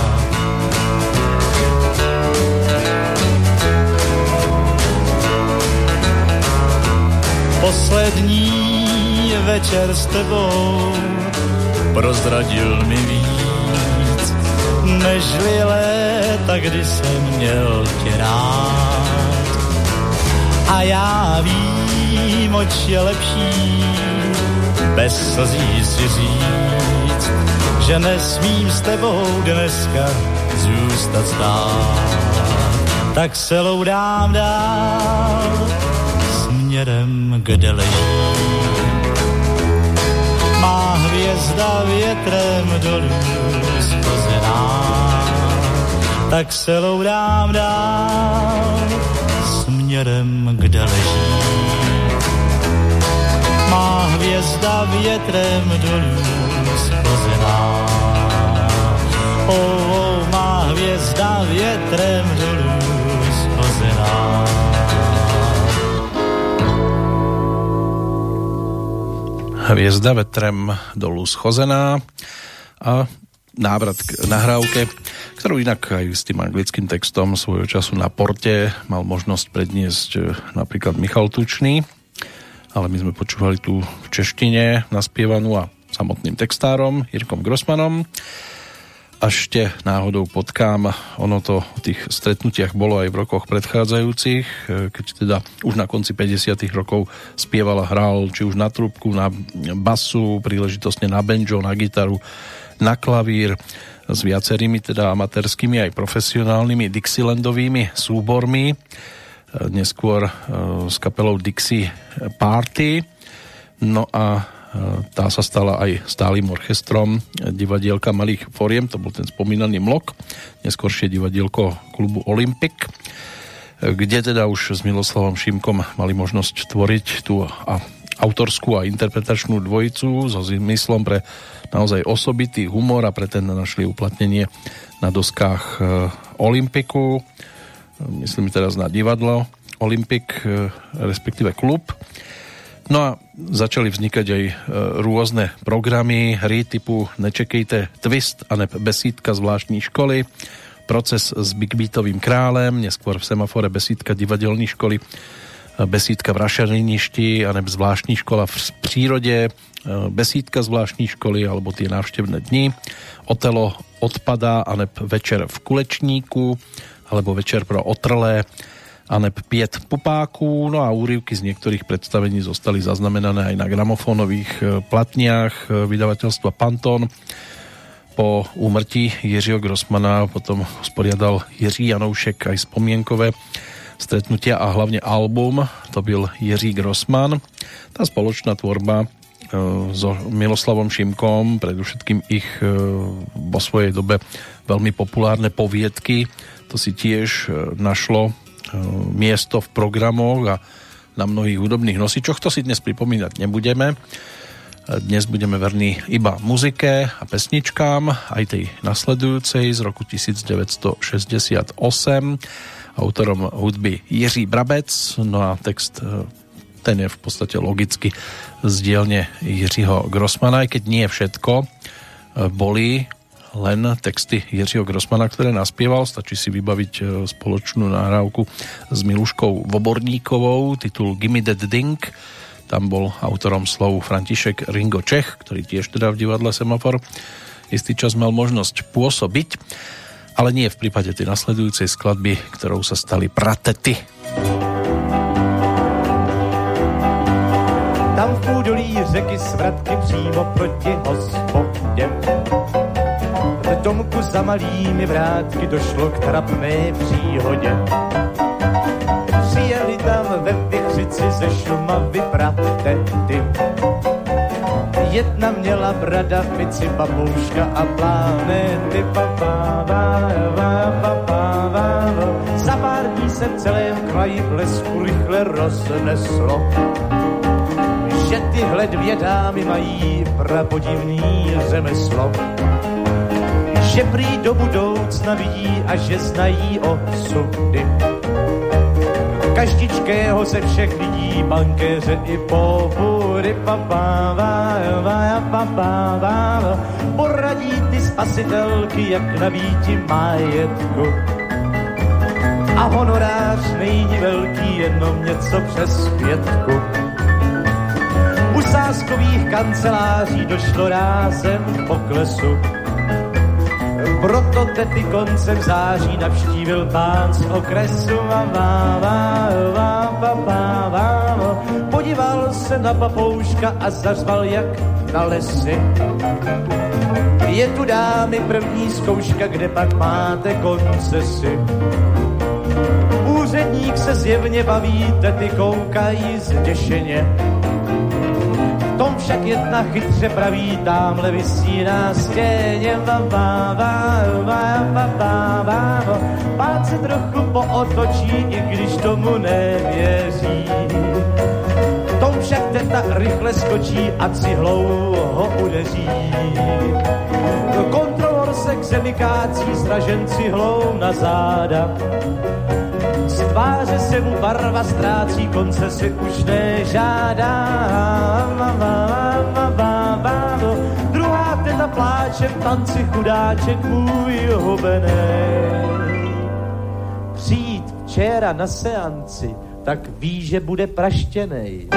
večer s tebou prozradil mi víc, nežli léta, kdy jsem měl tě rád. A já vím, oč je lepší, bez slzí si říct, že nesmím s tebou dneska zůstat stát. Tak se loudám dál směrem, kde leží má hvězda větrem dolů schozená. Tak se loudám dál směrem, kde leží má hvězda větrem dolů schozená. Má hvězda větrem dolů schozená. Hviezda vetrem dolu schozená a návrat k nahrávke, ktorú inak aj s tým anglickým textom svojho času na Porte mal možnosť predniesť napríklad Michal Tučný, ale my sme počúvali tu v češtine naspievanú a samotným textárom Jirkom Grossmanom. Ešte náhodou potkám, ono to v tých stretnutiach bolo aj v rokoch predchádzajúcich, keď teda už na konci 50. rokov spieval a hral či už na trúbku, na basu, príležitostne na banjo, na gitaru, na klavír s viacerými teda amatérskými aj profesionálnymi Dixielandovými súbormi, neskôr s kapelou Dixie Party. No a tá sa stala aj stálym orchestrom divadielka malých foriem, to bol ten spomínaný Mlok, neskôršie divadielko klubu Olympik, kde teda už s Miloslavom Šimkom mali možnosť tvoriť tú autorskú a interpretačnú dvojicu so zmyslom pre naozaj osobitý humor a pre ten našli uplatnenie na doskách Olympiku, myslím teraz na divadlo Olympik, respektíve klub. No a začali vznikať aj rôzne programy, hry typu Nečekejte twist a besídka zvláštní školy, Proces s Big Beatovým králem, neskôr v Semafore besídka divadelní školy, Besídka v Rašeliništi a zvláštní škola v prírode, Besídka zvláštní školy alebo tie návštevné dni, Otelo odpadá a Večer v Kulečníku alebo Večer pro otrlé aneb 5 pupáků, no a úryvky z niektorých predstavení zostali zaznamenané aj na gramofónových platniach vydavateľstva Pantón. Po úmrtí Jiřího Grossmana potom sporiadal Jiří Janoušek aj spomienkové stretnutia a hlavne album, to byl Jiří Grossman. Tá spoločná tvorba so Miloslavom Šimkom, predovšetkým ich vo svojej dobe veľmi populárne poviedky, to si tiež našlo miesto v programoch a na mnohých hudobných nosičoch. To si dnes pripomínať nebudeme. Dnes budeme verní iba muzike a pesničkám, aj tej nasledujúcej z roku 1968. Autorom hudby Jiří Brabec, no a text ten je v podstate logicky z dielne Jiřího Grossmana, aj keď nie všetko boli len texty Jiřího Grossmana, ktoré naspieval. Stačí si vybaviť spoločnú nahrávku s Miluškou Voborníkovou, titul Gimme That Ding. Tam bol autorom slov František Ringo Čech, ktorý tiež teda v divadle Semafor istý čas mal možnosť pôsobiť, ale nie v prípade tej nasledujúcej skladby, ktorou sa stali Pratety. Tam v údolí řeky Svratky přímo proti hospodě v domku za malými vrátky došlo k trapné příhodě. Přijeli tam ve Vychřici ze Šumavy Pratety. Jedna měla bradavici, babouška a plámety. Za pár dní se v celém kraji blesku rychle rozneslo, že tyhle dvě dámy mají prapodivný řemeslo. Že prý do budoucna vidí a že znají osudy každičkého ze všech lidí, bankéře i pohudy. Poradí ty spasitelky, jak nabíti majetku. A honorář není velký, jenom něco přes 5. Už sázkových kanceláří došlo rázem k poklesu. Proto tety koncem září navštívil pán z okresu. Podíval se na papouška a zařval jak na lesy. Je tu dámy první zkouška, kde pak máte koncesi. Úředník se zjevně baví, tety koukají zděšeně. Tom však jedna chytře praví, tamhle visí na stěně. Pán se trochu pootočí, i když tomu nevěří. Tom však teta rychle skočí a cihlou ho udeří. Kontrolor se k zemi kácí, zražen cihlou na záda. Z tváře se mu barva ztrácí, koncesi už nežádá. Druhá teta pláče v tanci, chudáček můj hubenej. Přijít včera na seanci, tak ví, že bude praštěnej.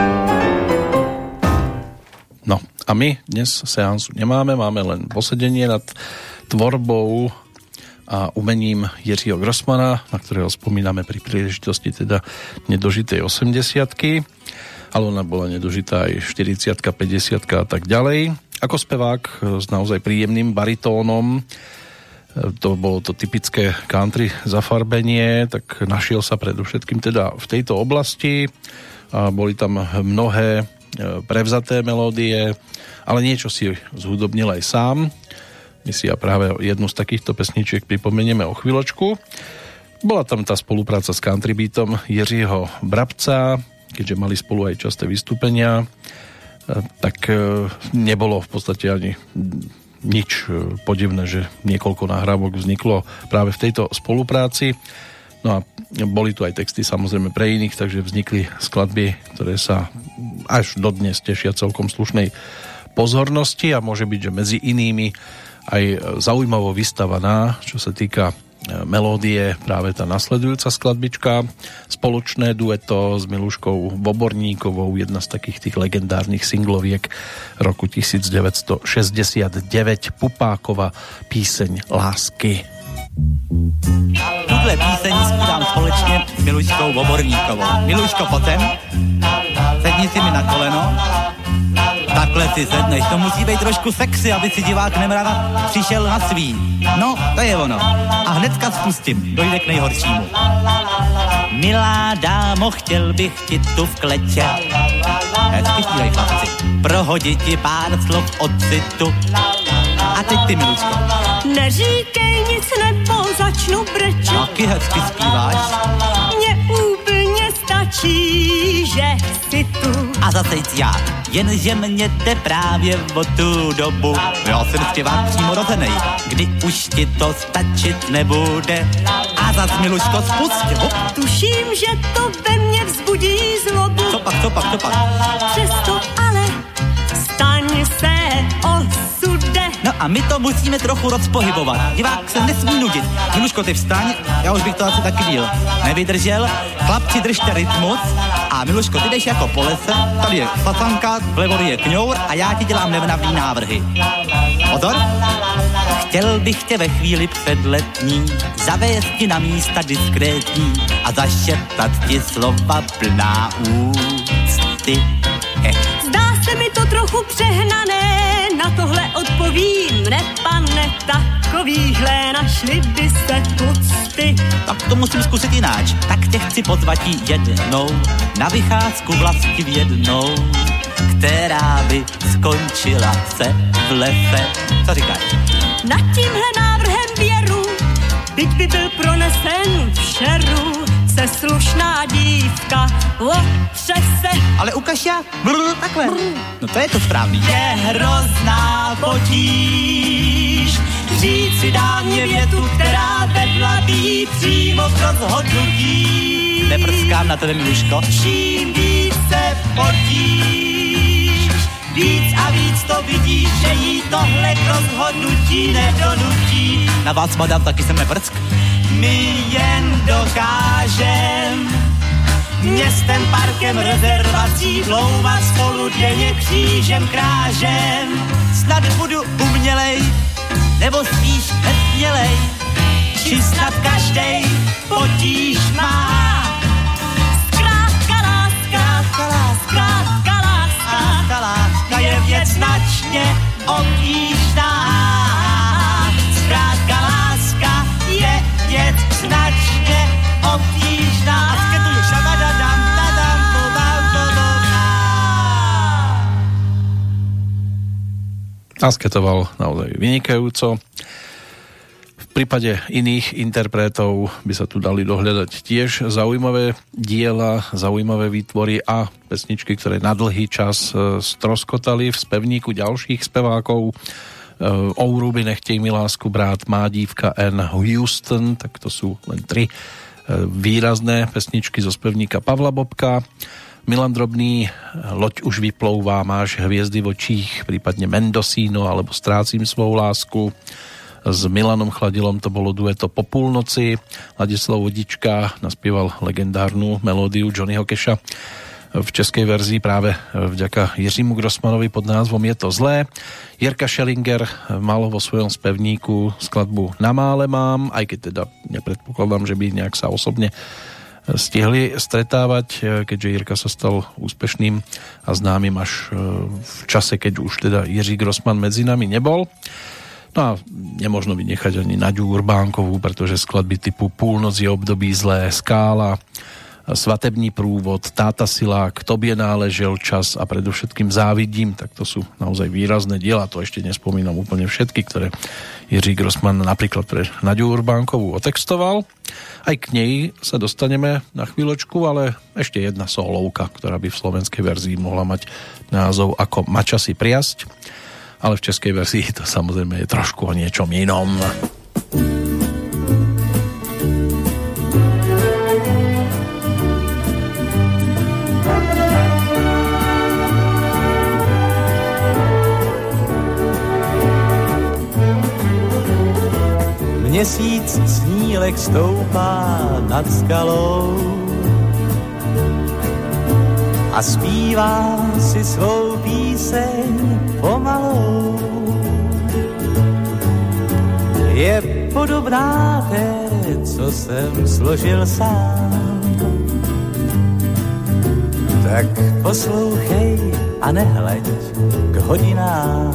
No a my dnes seansu nemáme, máme len posedenie nad tvorbou a umením Jiřího Grossmana, na ktorého spomíname pri príležitosti teda nedožitej 80-ky, ale ona bola nedožitá aj 40-ka, 50-ka a tak ďalej. Ako spevák s naozaj príjemným baritónom, to bolo to typické country zafarbenie, tak našiel sa predovšetkým teda v tejto oblasti a boli tam mnohé prevzaté melódie, ale niečo si zhudobnil aj sám. My si práve jednu z takýchto pesničiek pripomenieme o chvíľočku. Bola tam tá spolupráca s country beatom Jiřího Brabca, keďže mali spolu aj časté vystúpenia, tak nebolo v podstate ani nič podivné, že niekoľko nahrávok vzniklo práve v tejto spolupráci. No a boli tu aj texty samozrejme pre iných, takže vznikli skladby, ktoré sa až dodnes tešia celkom slušnej pozornosti a môže byť, že medzi inými aj zaujímavo vystavaná, čo sa týka melódie, práve tá nasledujúca skladbička, spoločné dueto s Miluškou Voborníkovou, jedna z takých tých legendárnych singloviek roku 1969, Pupákova Píseň lásky. Tuhle píseň zpívám společně s Miluškou Voborníkovou. Miluško, potom sedni si mi na koleno. Takhle si sedneš, to musí být trošku sexy, aby si divák nemrava přišel na svý. No, to je ono. A hnedka spustím, dojde k nejhoršímu. Milá dámo, chtěl bych ti tu v kletě. Hezky zpívej, chlapci. Prohodit ti pár slov od citu. A teď ty, Miluško. Neříkej nic, nebo začnu brečet. Taky hezky zpíváš. Mně úplně stačí, že jsi tu. A zase já, jenže mě jde právě o tu dobu. Já jsem zpěvák přímo rozenej, kdy už ti to stačit nebude. A zas, Miluško, spust. Tuším, že to ve mně vzbudí zlobu. Co pak? Přesto ale staň se osude. No a my to musíme trochu rozpohybovat. Divák se nesmí nudit. Miluško, ty vstaň, já už bych to asi taky díl nevydržel. Chlapci, držte rytmus. A Miluško, ty jdeš jako po lese, tady je sasanka, vlevo je kňour a já ti dělám nevnavný návrhy. Pozor! Chtěl bych tě ve chvíli předletní zavést ti na místa diskrétní a zašeptat ti slova plná úcty. Zdá se mi to trochu přehnané, na tohle odpovím, ne pane, takovýhle našli by se tucty. Tak to musím zkusit jináč, tak tě chci pozvatí jednou, na vycházku vlasti v jednou, která by skončila se v lese. Co říkáš? Nad tímhle návrhem věru, byť by byl pronesen v šeru, se slušná dívka opře se. Ale u Kaša? Takhle. No to je to správný. Je hrozná potíž říct si dámě větu, která vedla by přímo k rozhodnutí. Neprskám na tebe, Miluško. Čím více potíž, víc a víc to vidíš, že jí tohle k rozhodnutí nedonutí. Na vás, madam, taky jsem neprsk. My jen dokážem městem, parkem, rezervací, dlouvat spolu denně křížem, krážem. Snad budu umělej, nebo spíš nesmělej, či snad každej potíž má. Zkrátka láska, zkrátka láska je věc značně obtížná. Zkrátka láska je věc značně obtížná. Asketoval naozaj vynikajúco. V prípade iných interpretov by sa tu dali dohľadať tiež zaujímavé diela, zaujímavé výtvory a pesničky, ktoré na dlhý čas stroskotali v spevníku ďalších spevákov. Ouruby Nechtej mi lásku brát, Má dívka Anne Houston, tak to sú len 3 výrazné pesničky zo spevníka Pavla Bobka. Milan Drobný, Loď už vyplouvá, Máš hviezdy v očích, prípadne Mendocino alebo Strácim svou lásku. S Milanom Chladilom to bolo dueto Po púlnoci. Ladislav Vodička naspieval legendárnu melódiu Johnnyho Casha v českej verzii práve vďaka Jiřímu Grossmanovi pod názvom Je to zlé. Jirka Schellinger mal vo svojom spevníku skladbu Na mále mám, aj keď teda nepredpokladám, že by nejak sa osobne stihli stretávať, keďže Jirka sa stal úspešným a známym až v čase, keď už teda Jiří Grossman medzi nami nebol. No a nemožno vynechať ani Naďu Urbánkovú, pretože skladby typu Púlnoc je období zlé, Skála, Svatební průvod, Táta Silák, Tobě náležel čas a predovšetkým Závidím, tak to sú naozaj výrazné diela. To ešte nespomínam úplne všetky, ktoré Jiří Grossman napríklad pre Naďu Urbánkovú otextoval. Aj k nej sa dostaneme na chvíľočku, ale ešte jedna solovka, ktorá by v slovenskej verzii mohla mať názov ako Mača si priasť, ale v českej verzii to samozrejme je trošku o niečom inom. Měsíc snílek stoupá nad skalou a zpívá si svou píseň pomalou. Je podobná té, co jsem složil sám. Tak poslouchej a nehleď k hodinám.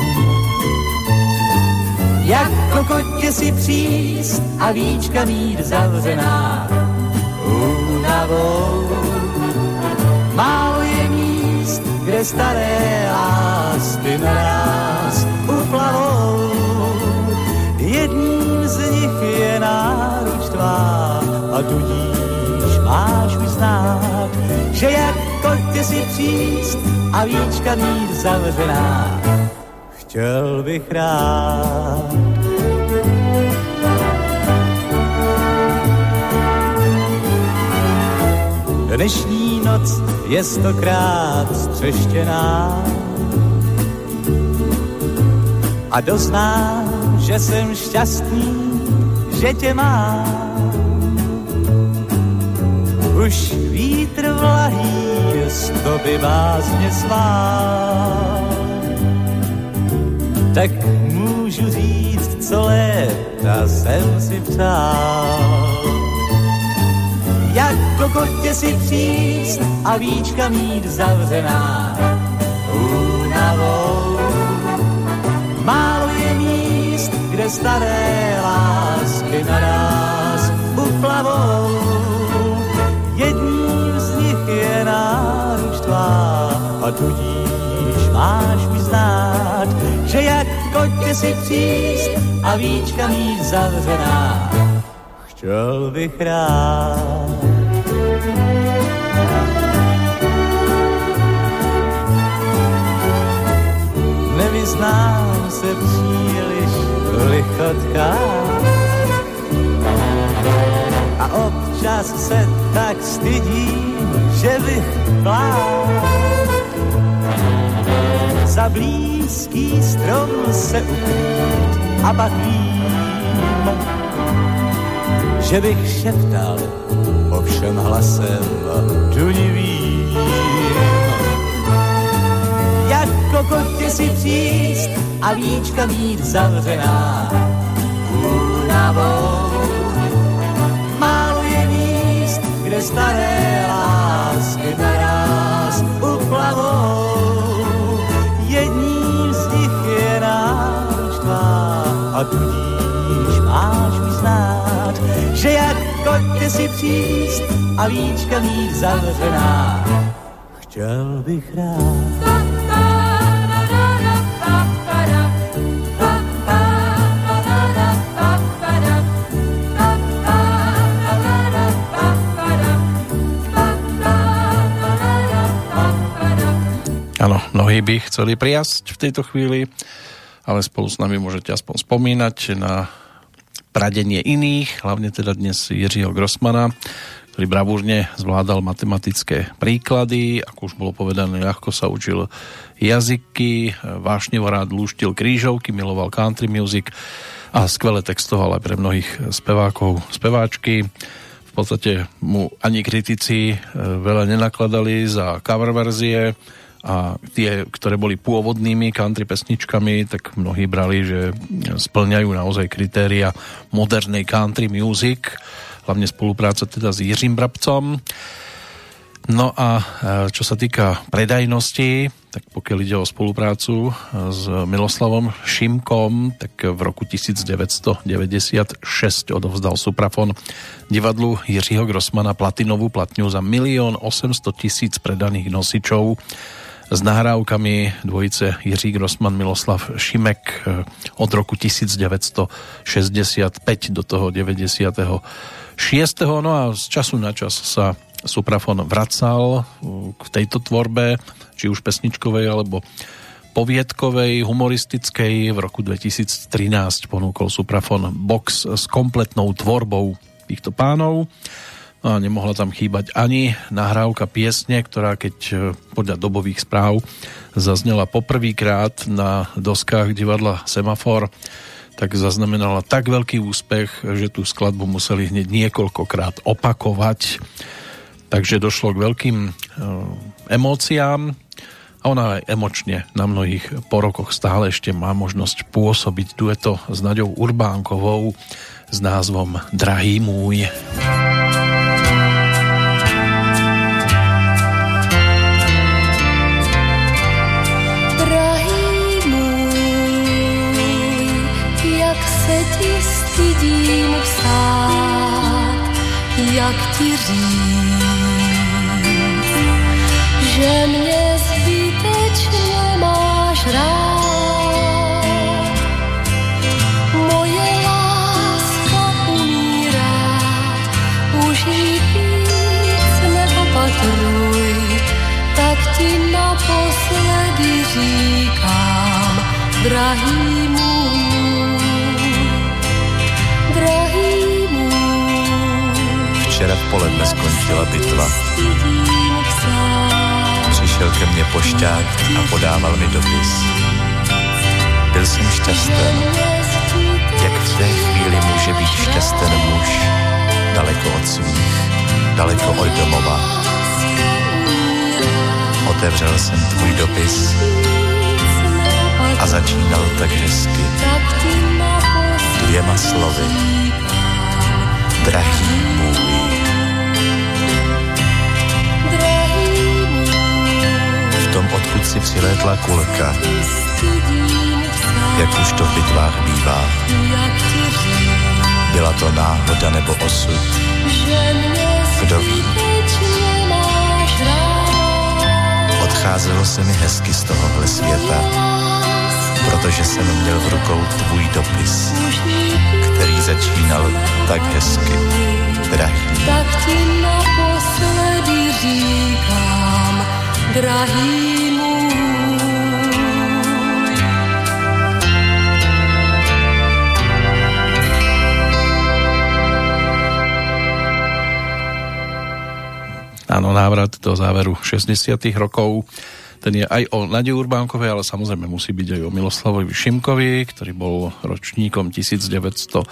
Jako kotě si příst a víčka mít zavřená únavou. Málo je míst, kde staré lásky naráz uplavou. Jedním z nich je náruč tvá a tudíž máš uznát, že jak kotě si příst a víčka mít zavřená. Chtěl bych rád. Dnešní noc je 100krát střeštěná a doznám, že jsem šťastný, že tě mám. Už vítr vlahý stopy bázně svál, tak můžu říct, co léta jsem si přál. Jako kotě si příst a víčka mít zavřená únavou. Málo je míst, kde staré lásky naráz uplavou. Jedním z nich je náruč tvá a tudíž máš už znát, že jak kotě si příst a víčka mít zavřená. Chtěl bych rád. Nevyznám se příliš v lichotkách a občas se tak stydím, že bych plál. Za blízký strom se ukrýt a pak vím, že bych šeptal o ovšem hlasem dunivým. Jako kotě si příst a víčka mít zavřená únavou. Málo je míst, kde staré lásky naráz uplavou. Jedním z nich je náš tvá a tudíž máš už znát, že jako ty si příst a víčka mít zavřená. Chtěl bych rád. Áno, mnohí by chceli prijasť v tejto chvíli, ale spolu s nami môžete aspoň spomínať na pradenie iných, hlavne teda dnes Jiřího Grossmana, ktorý bravúrne zvládal matematické príklady, ako už bolo povedané, ľahko sa učil jazyky, vášnevo rád lúštil krížovky, miloval country music a skvele textoval aj pre mnohých spevákov, speváčky. V podstate mu ani kritici veľa nenakladali za cover verzie, a tie, ktoré boli pôvodnými country pesničkami, tak mnohí brali, že splňajú naozaj kritéria modernej country music, hlavne spolupráca teda s Jiřím Brabcom. No a čo sa týka predajnosti, tak pokiaľ ide o spoluprácu s Miloslavom Šimkom, tak v roku 1996 odovzdal Suprafon divadlu Jiřího Grossmana platinovú platňu za 1 800 000 predaných nosičov s nahrávkami dvojice Jiří Grossman, Miloslav Šimek od roku 1965 do toho 96. No a z času na čas sa Suprafon vracal k tejto tvorbe, či už pesničkovej alebo poviedkovej, humoristickej. V roku 2013 ponúkol Suprafon box s kompletnou tvorbou týchto pánov. A nemohla tam chýbať ani nahrávka piesne, ktorá keď podľa dobových správ zaznela poprvýkrát na doskách divadla Semafor, tak zaznamenala tak veľký úspech, že tú skladbu museli hneď niekoľkokrát opakovať. Takže došlo k veľkým emóciám a ona aj emočne na mnohých porokoch stále ešte má možnosť pôsobiť dueto s Naďou Urbánkovou s názvom Drahý môj. Stydím psát, jak ti říct, že mě zbytečně máš rád. Moje láska umírá, už jí víc neopatruj, tak ti naposledy říkám, drahý můj. Včera v poledne skončila bitva. Přišel ke mně pošťák a podával mi dopis. Byl jsem šťasten. Jak v té chvíli může být šťasten muž? Daleko od svých, daleko od domova. Otevřel jsem tvůj dopis a začínal tak hezky. 2 slovy. Drahý můj. V tom, odkud si přilétla kulka, jak už to v bitvách bývá. Byla to náhoda nebo osud, kdo ví. Odcházelo se mi hezky z tohohle světa, protože jsem měl v rukou tvůj dopis, který začínal tak hezky, drahý. Tak ti naposledy říkám, drahý můj. Áno, návrat do záveru 60. rokov Ten je aj o Nade Urbánkovej, ale samozrejme musí byť aj o Miloslavovi Šimkovi, ktorý bol ročníkom 1940,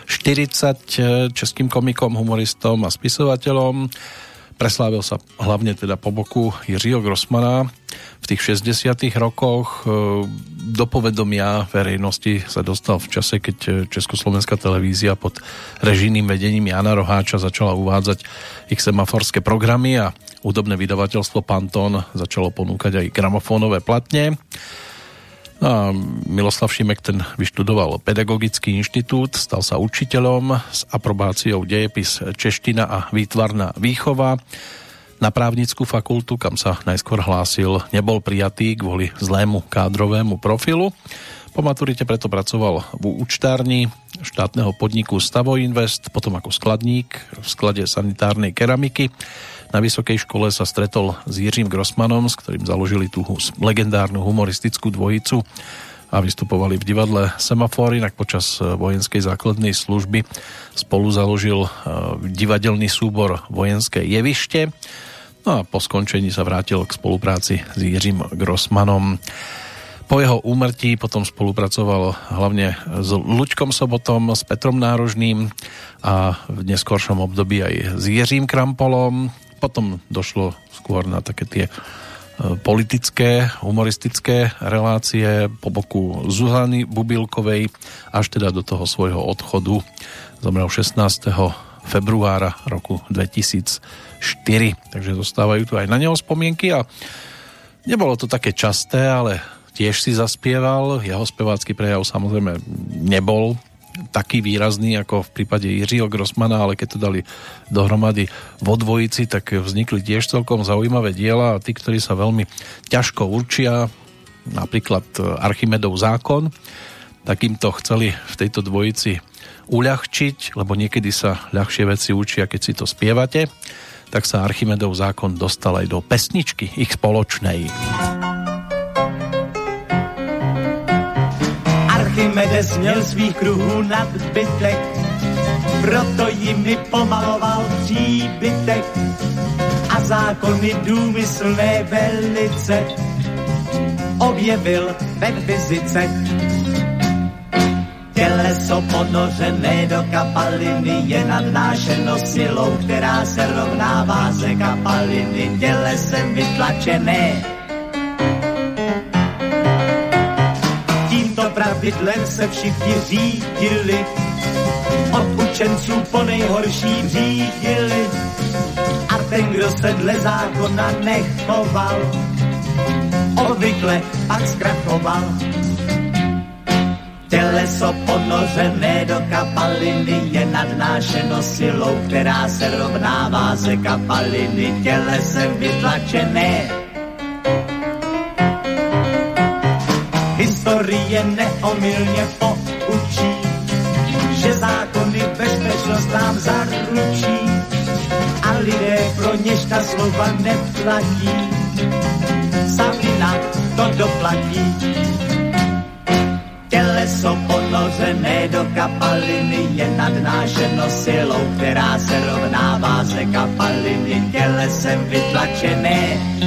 českým komikom, humoristom a spisovateľom. Preslávil sa hlavne teda po boku Jiřího Grossmana. V tých 60. rokoch do povedomia verejnosti sa dostal v čase, keď Československá televízia pod režijným vedením Jana Roháča začala uvádzať ich semaforské programy a hudobné vydavateľstvo Pantón začalo ponúkať aj gramofónové platne. A Miloslav Šimek ten vyštudoval Pedagogický inštitút, stal sa učiteľom s aprobáciou dejepis čeština a výtvarná výchova. Na právnickú fakultu, kam sa najskôr hlásil, nebol prijatý kvôli zlému kádrovému profilu. Po maturite preto pracoval v účtárni štátneho podniku Stavoinvest, potom ako skladník v sklade sanitárnej keramiky. Na vysokej škole sa stretol s Jiřím Grossmanom, s ktorým založili tú legendárnu humoristickú dvojicu a vystupovali v divadle Semafor. Inak počas vojenskej základnej služby spolu založil divadelný súbor Vojenské jevište. No a po skončení sa vrátil k spolupráci s Jiřím Grossmanom. Po jeho úmrtí potom spolupracoval hlavne s Luďkom Sobotom, s Petrom Nárožným a v neskoršom období aj s Jiřím Krampolom. Potom došlo skôr na také tie politické, humoristické relácie po boku Zuzany Bubilkovej až teda do toho svojho odchodu. Zomrel 16. februára roku 2004. Takže zostávajú tu aj na neho spomienky a nebolo to také časté, ale tiež si zaspieval. Jeho spevácky prejav samozrejme nebol taký výrazný ako v prípade Jiřího Grossmana, ale keď to dali dohromady vo dvojici, tak vznikli tiež celkom zaujímavé diela a tí, ktorí sa veľmi ťažko učia, napríklad Archimedov zákon, takýmto chceli v tejto dvojici uľahčiť, lebo niekedy sa ľahšie veci učia, keď si to spievate, tak sa Archimedov zákon dostal aj do pesničky ich spoločnej. Archimedes měl svých kruhů nadbytek, proto jimi pomaloval příbytek a zákony důmyslné velice objevil ve fyzice. Těleso ponořené do kapaliny je nadnášeno silou, která se rovná váze kapaliny tělesem vytlačené. Pravidlem se všichni řídili, od učenců po nejhorší řídili. A ten, kdo se dle zákona nechoval, obvykle pak zkrachoval. Těleso ponořené do kapaliny je nadnášeno silou, která se rovná váze kapaliny tělesem vytlačené. Historie neomylně poučí, že zákony bezpečnost nám zaručí a lidé pro něž ta slova neplatí, sami na to doplatí. Těleso ponořené do kapaliny je nadnášeno silou, která se rovná váze kapaliny tělesem vytlačené.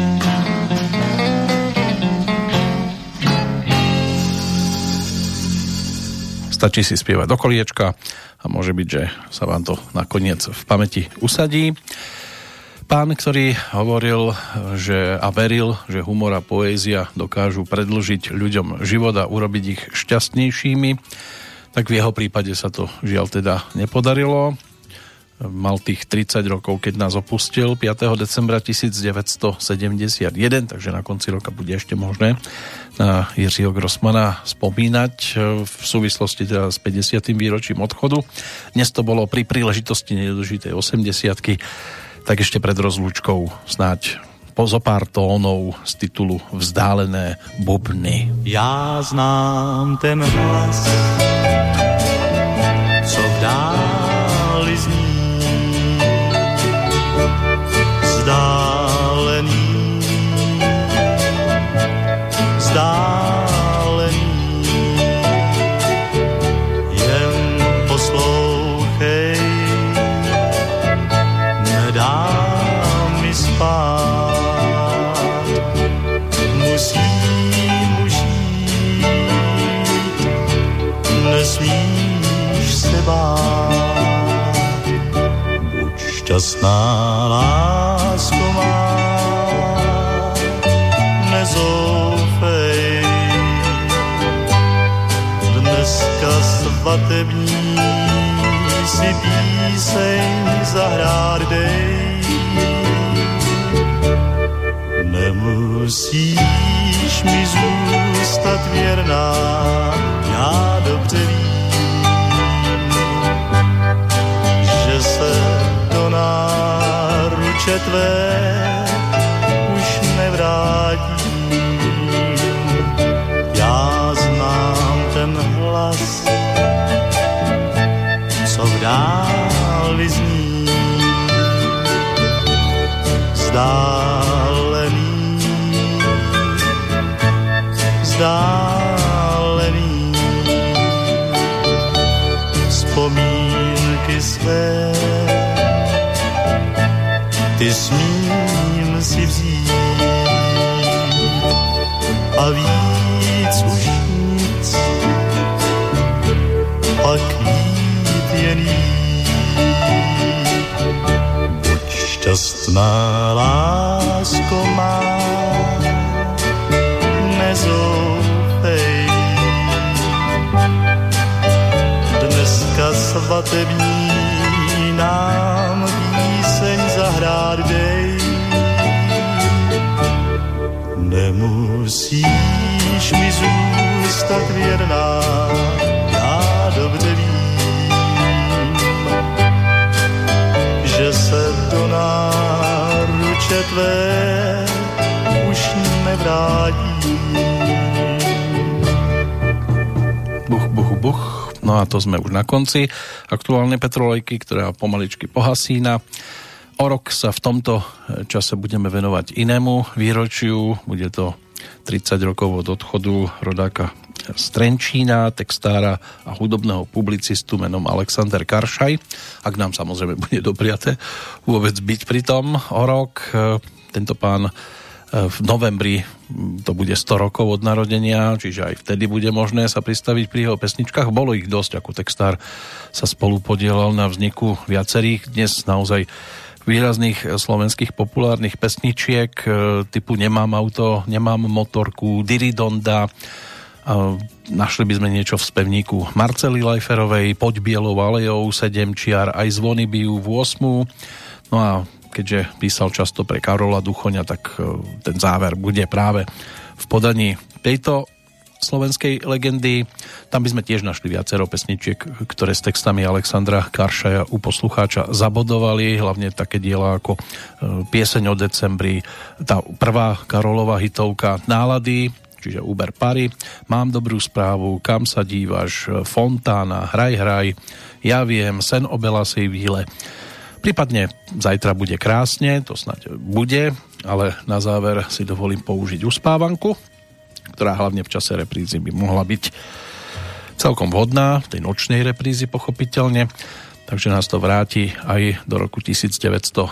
Stačí si spievať do koliečka a môže byť, že sa vám to nakoniec v pamäti usadí. Pán, ktorý hovoril, a veril, že humor a poézia dokážu predĺžiť ľuďom život a urobiť ich šťastnejšími, tak v jeho prípade sa to žiaľ teda nepodarilo. Mal tých 30 rokov, keď nás opustil 5. decembra 1971, takže na konci roka bude ešte možné na Jiřího Grossmana spomínať v súvislosti teda s 50. výročím odchodu. Dnes to bolo pri príležitosti nedožitej 80-ky, tak ešte pred rozlúčkou snáď zo pár tónov z titulu Vzdálené bubny. Já znám ten hlas, co v dáli zní, vzdálený, jen poslouchej, nedá mi spát, Šťastná lásko má, nezoufej, dneska svatební si píseň zahrát dej. Nemusíš mi zůstat věrná, já dobře vím, že se do náruče tvé už nevrátím. Já znám ten hlas, co v dáli zní, vzdálený, vzdálený, vzpomínky své ty smím si vzít a víc už nic, pak jít jen jít. Buď šťastná, lásko má, nezoufej, dneska svatební nám píseň zahrát dej. Nemusíš mi zůstat věrná, já dobře vím, že se do náruče tvé už nevrátím. Buch, buch, buch. No a to sme už na konci aktuálnej Petrolejky, ktorá pomaličky pohasína. O rok sa v tomto čase budeme venovať inému výročiu. Bude to 30 rokov od odchodu rodáka z Trenčína, textára a hudobného publicistu menom Alexander Karšaj. Ak nám samozrejme bude dopriate vôbec byť pri tom o rok. Tento pán v novembri to bude 100 rokov od narodenia, čiže aj vtedy bude možné sa pristaviť pri jeho pesničkách. Bolo ich dosť, ako textár sa spolu podielal na vzniku viacerých dnes naozaj výrazných slovenských populárnych pesničiek typu Nemám auto, nemám motorku, Diridonda. Našli by sme niečo v spevníku Marcely Lajferovej, Poď bielou alejou, 7 čiar, aj zvony bijú v 8. No a keďže písal často pre Karola Duchoňa, tak ten záver bude práve v podaní tejto slovenskej legendy. Tam by sme tiež našli viacero pesničiek, ktoré s textami Alexandra Karšaja u poslucháča zabodovali, hlavne také diela ako Pieseň o decembri, tá prvá Karolova hitovka Nálady, čiže Uber Pary, Mám dobrú správu, Kam sa dívaš, Fontána, Hraj, hraj, Ja viem, Sen o belasej víle. Prípadne Zajtra bude krásne, to snáď bude, ale na záver si dovolím použiť Uspávanku, ktorá hlavne v čase reprízy by mohla byť celkom vhodná, v tej nočnej reprízi pochopiteľne, takže nás to vráti aj do roku 1979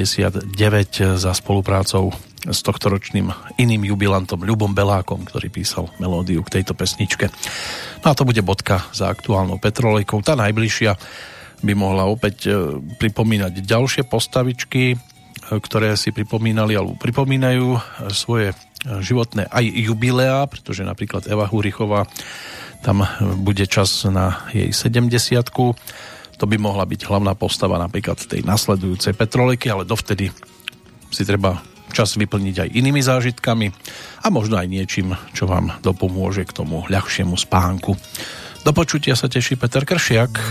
za spoluprácou s tohtoročným iným jubilantom Ľubom Belákom, ktorý písal melódiu k tejto pesničke. No a to bude bodka za aktuálnou Petrolejkou. Tá najbližšia by mohla opäť pripomínať ďalšie postavičky, ktoré si pripomínali alebo pripomínajú svoje životné aj jubileá, pretože napríklad Eva Hurichová, tam bude čas na jej 70-ku. To by mohla byť hlavná postava napríklad tej nasledujúcej Petrolejky, ale dovtedy si treba čas vyplniť aj inými zážitkami a možno aj niečím, čo vám dopomôže k tomu ľahšiemu spánku. Do počutia sa teší Peter Kršiak.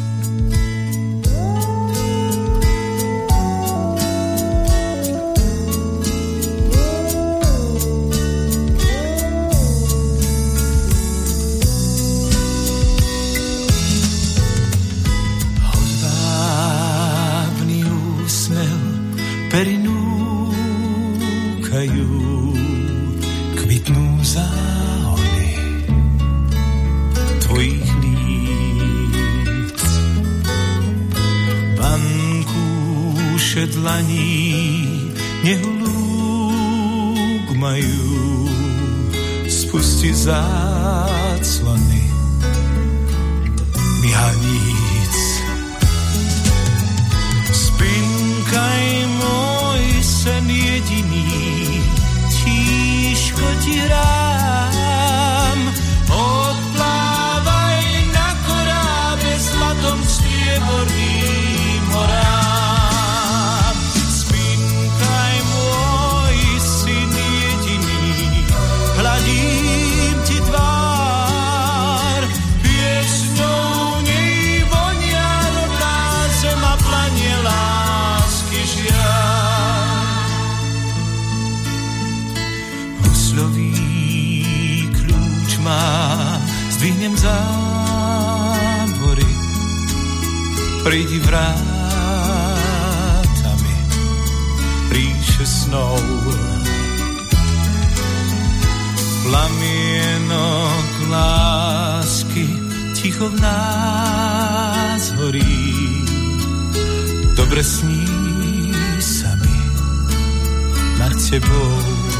Perinúkajú, kvitnú záhony tvojich líc. Bankúše dlaní nehlúk majú, spusti záclony myhaníc. Spím jediný, tížko ti hrám. Odplávaj na korábe zlatom strieborným horám. Spinkaj môj syn jediný, hladím ti tvár, piesňou nej vonia rodná zem a planie lásky žiar. Huslový kľúč má, zdvihnem závory, prídi vrátami ríše snov. Plamienok lásky ticho v nás horí, dobre sní sa mi nad tebou.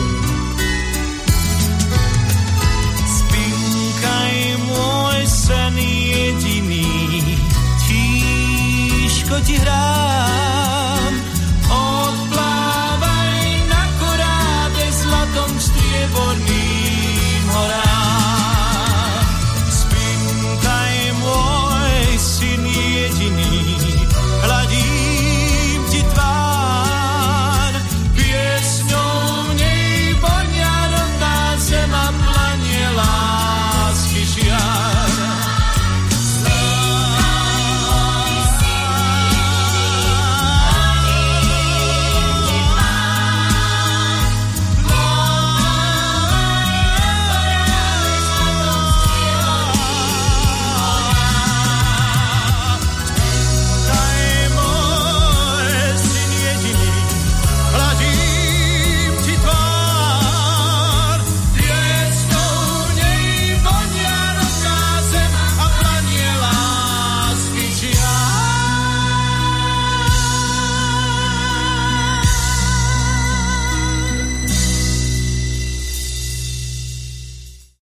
Spinkaj môj sen jediný, tížko ti hrá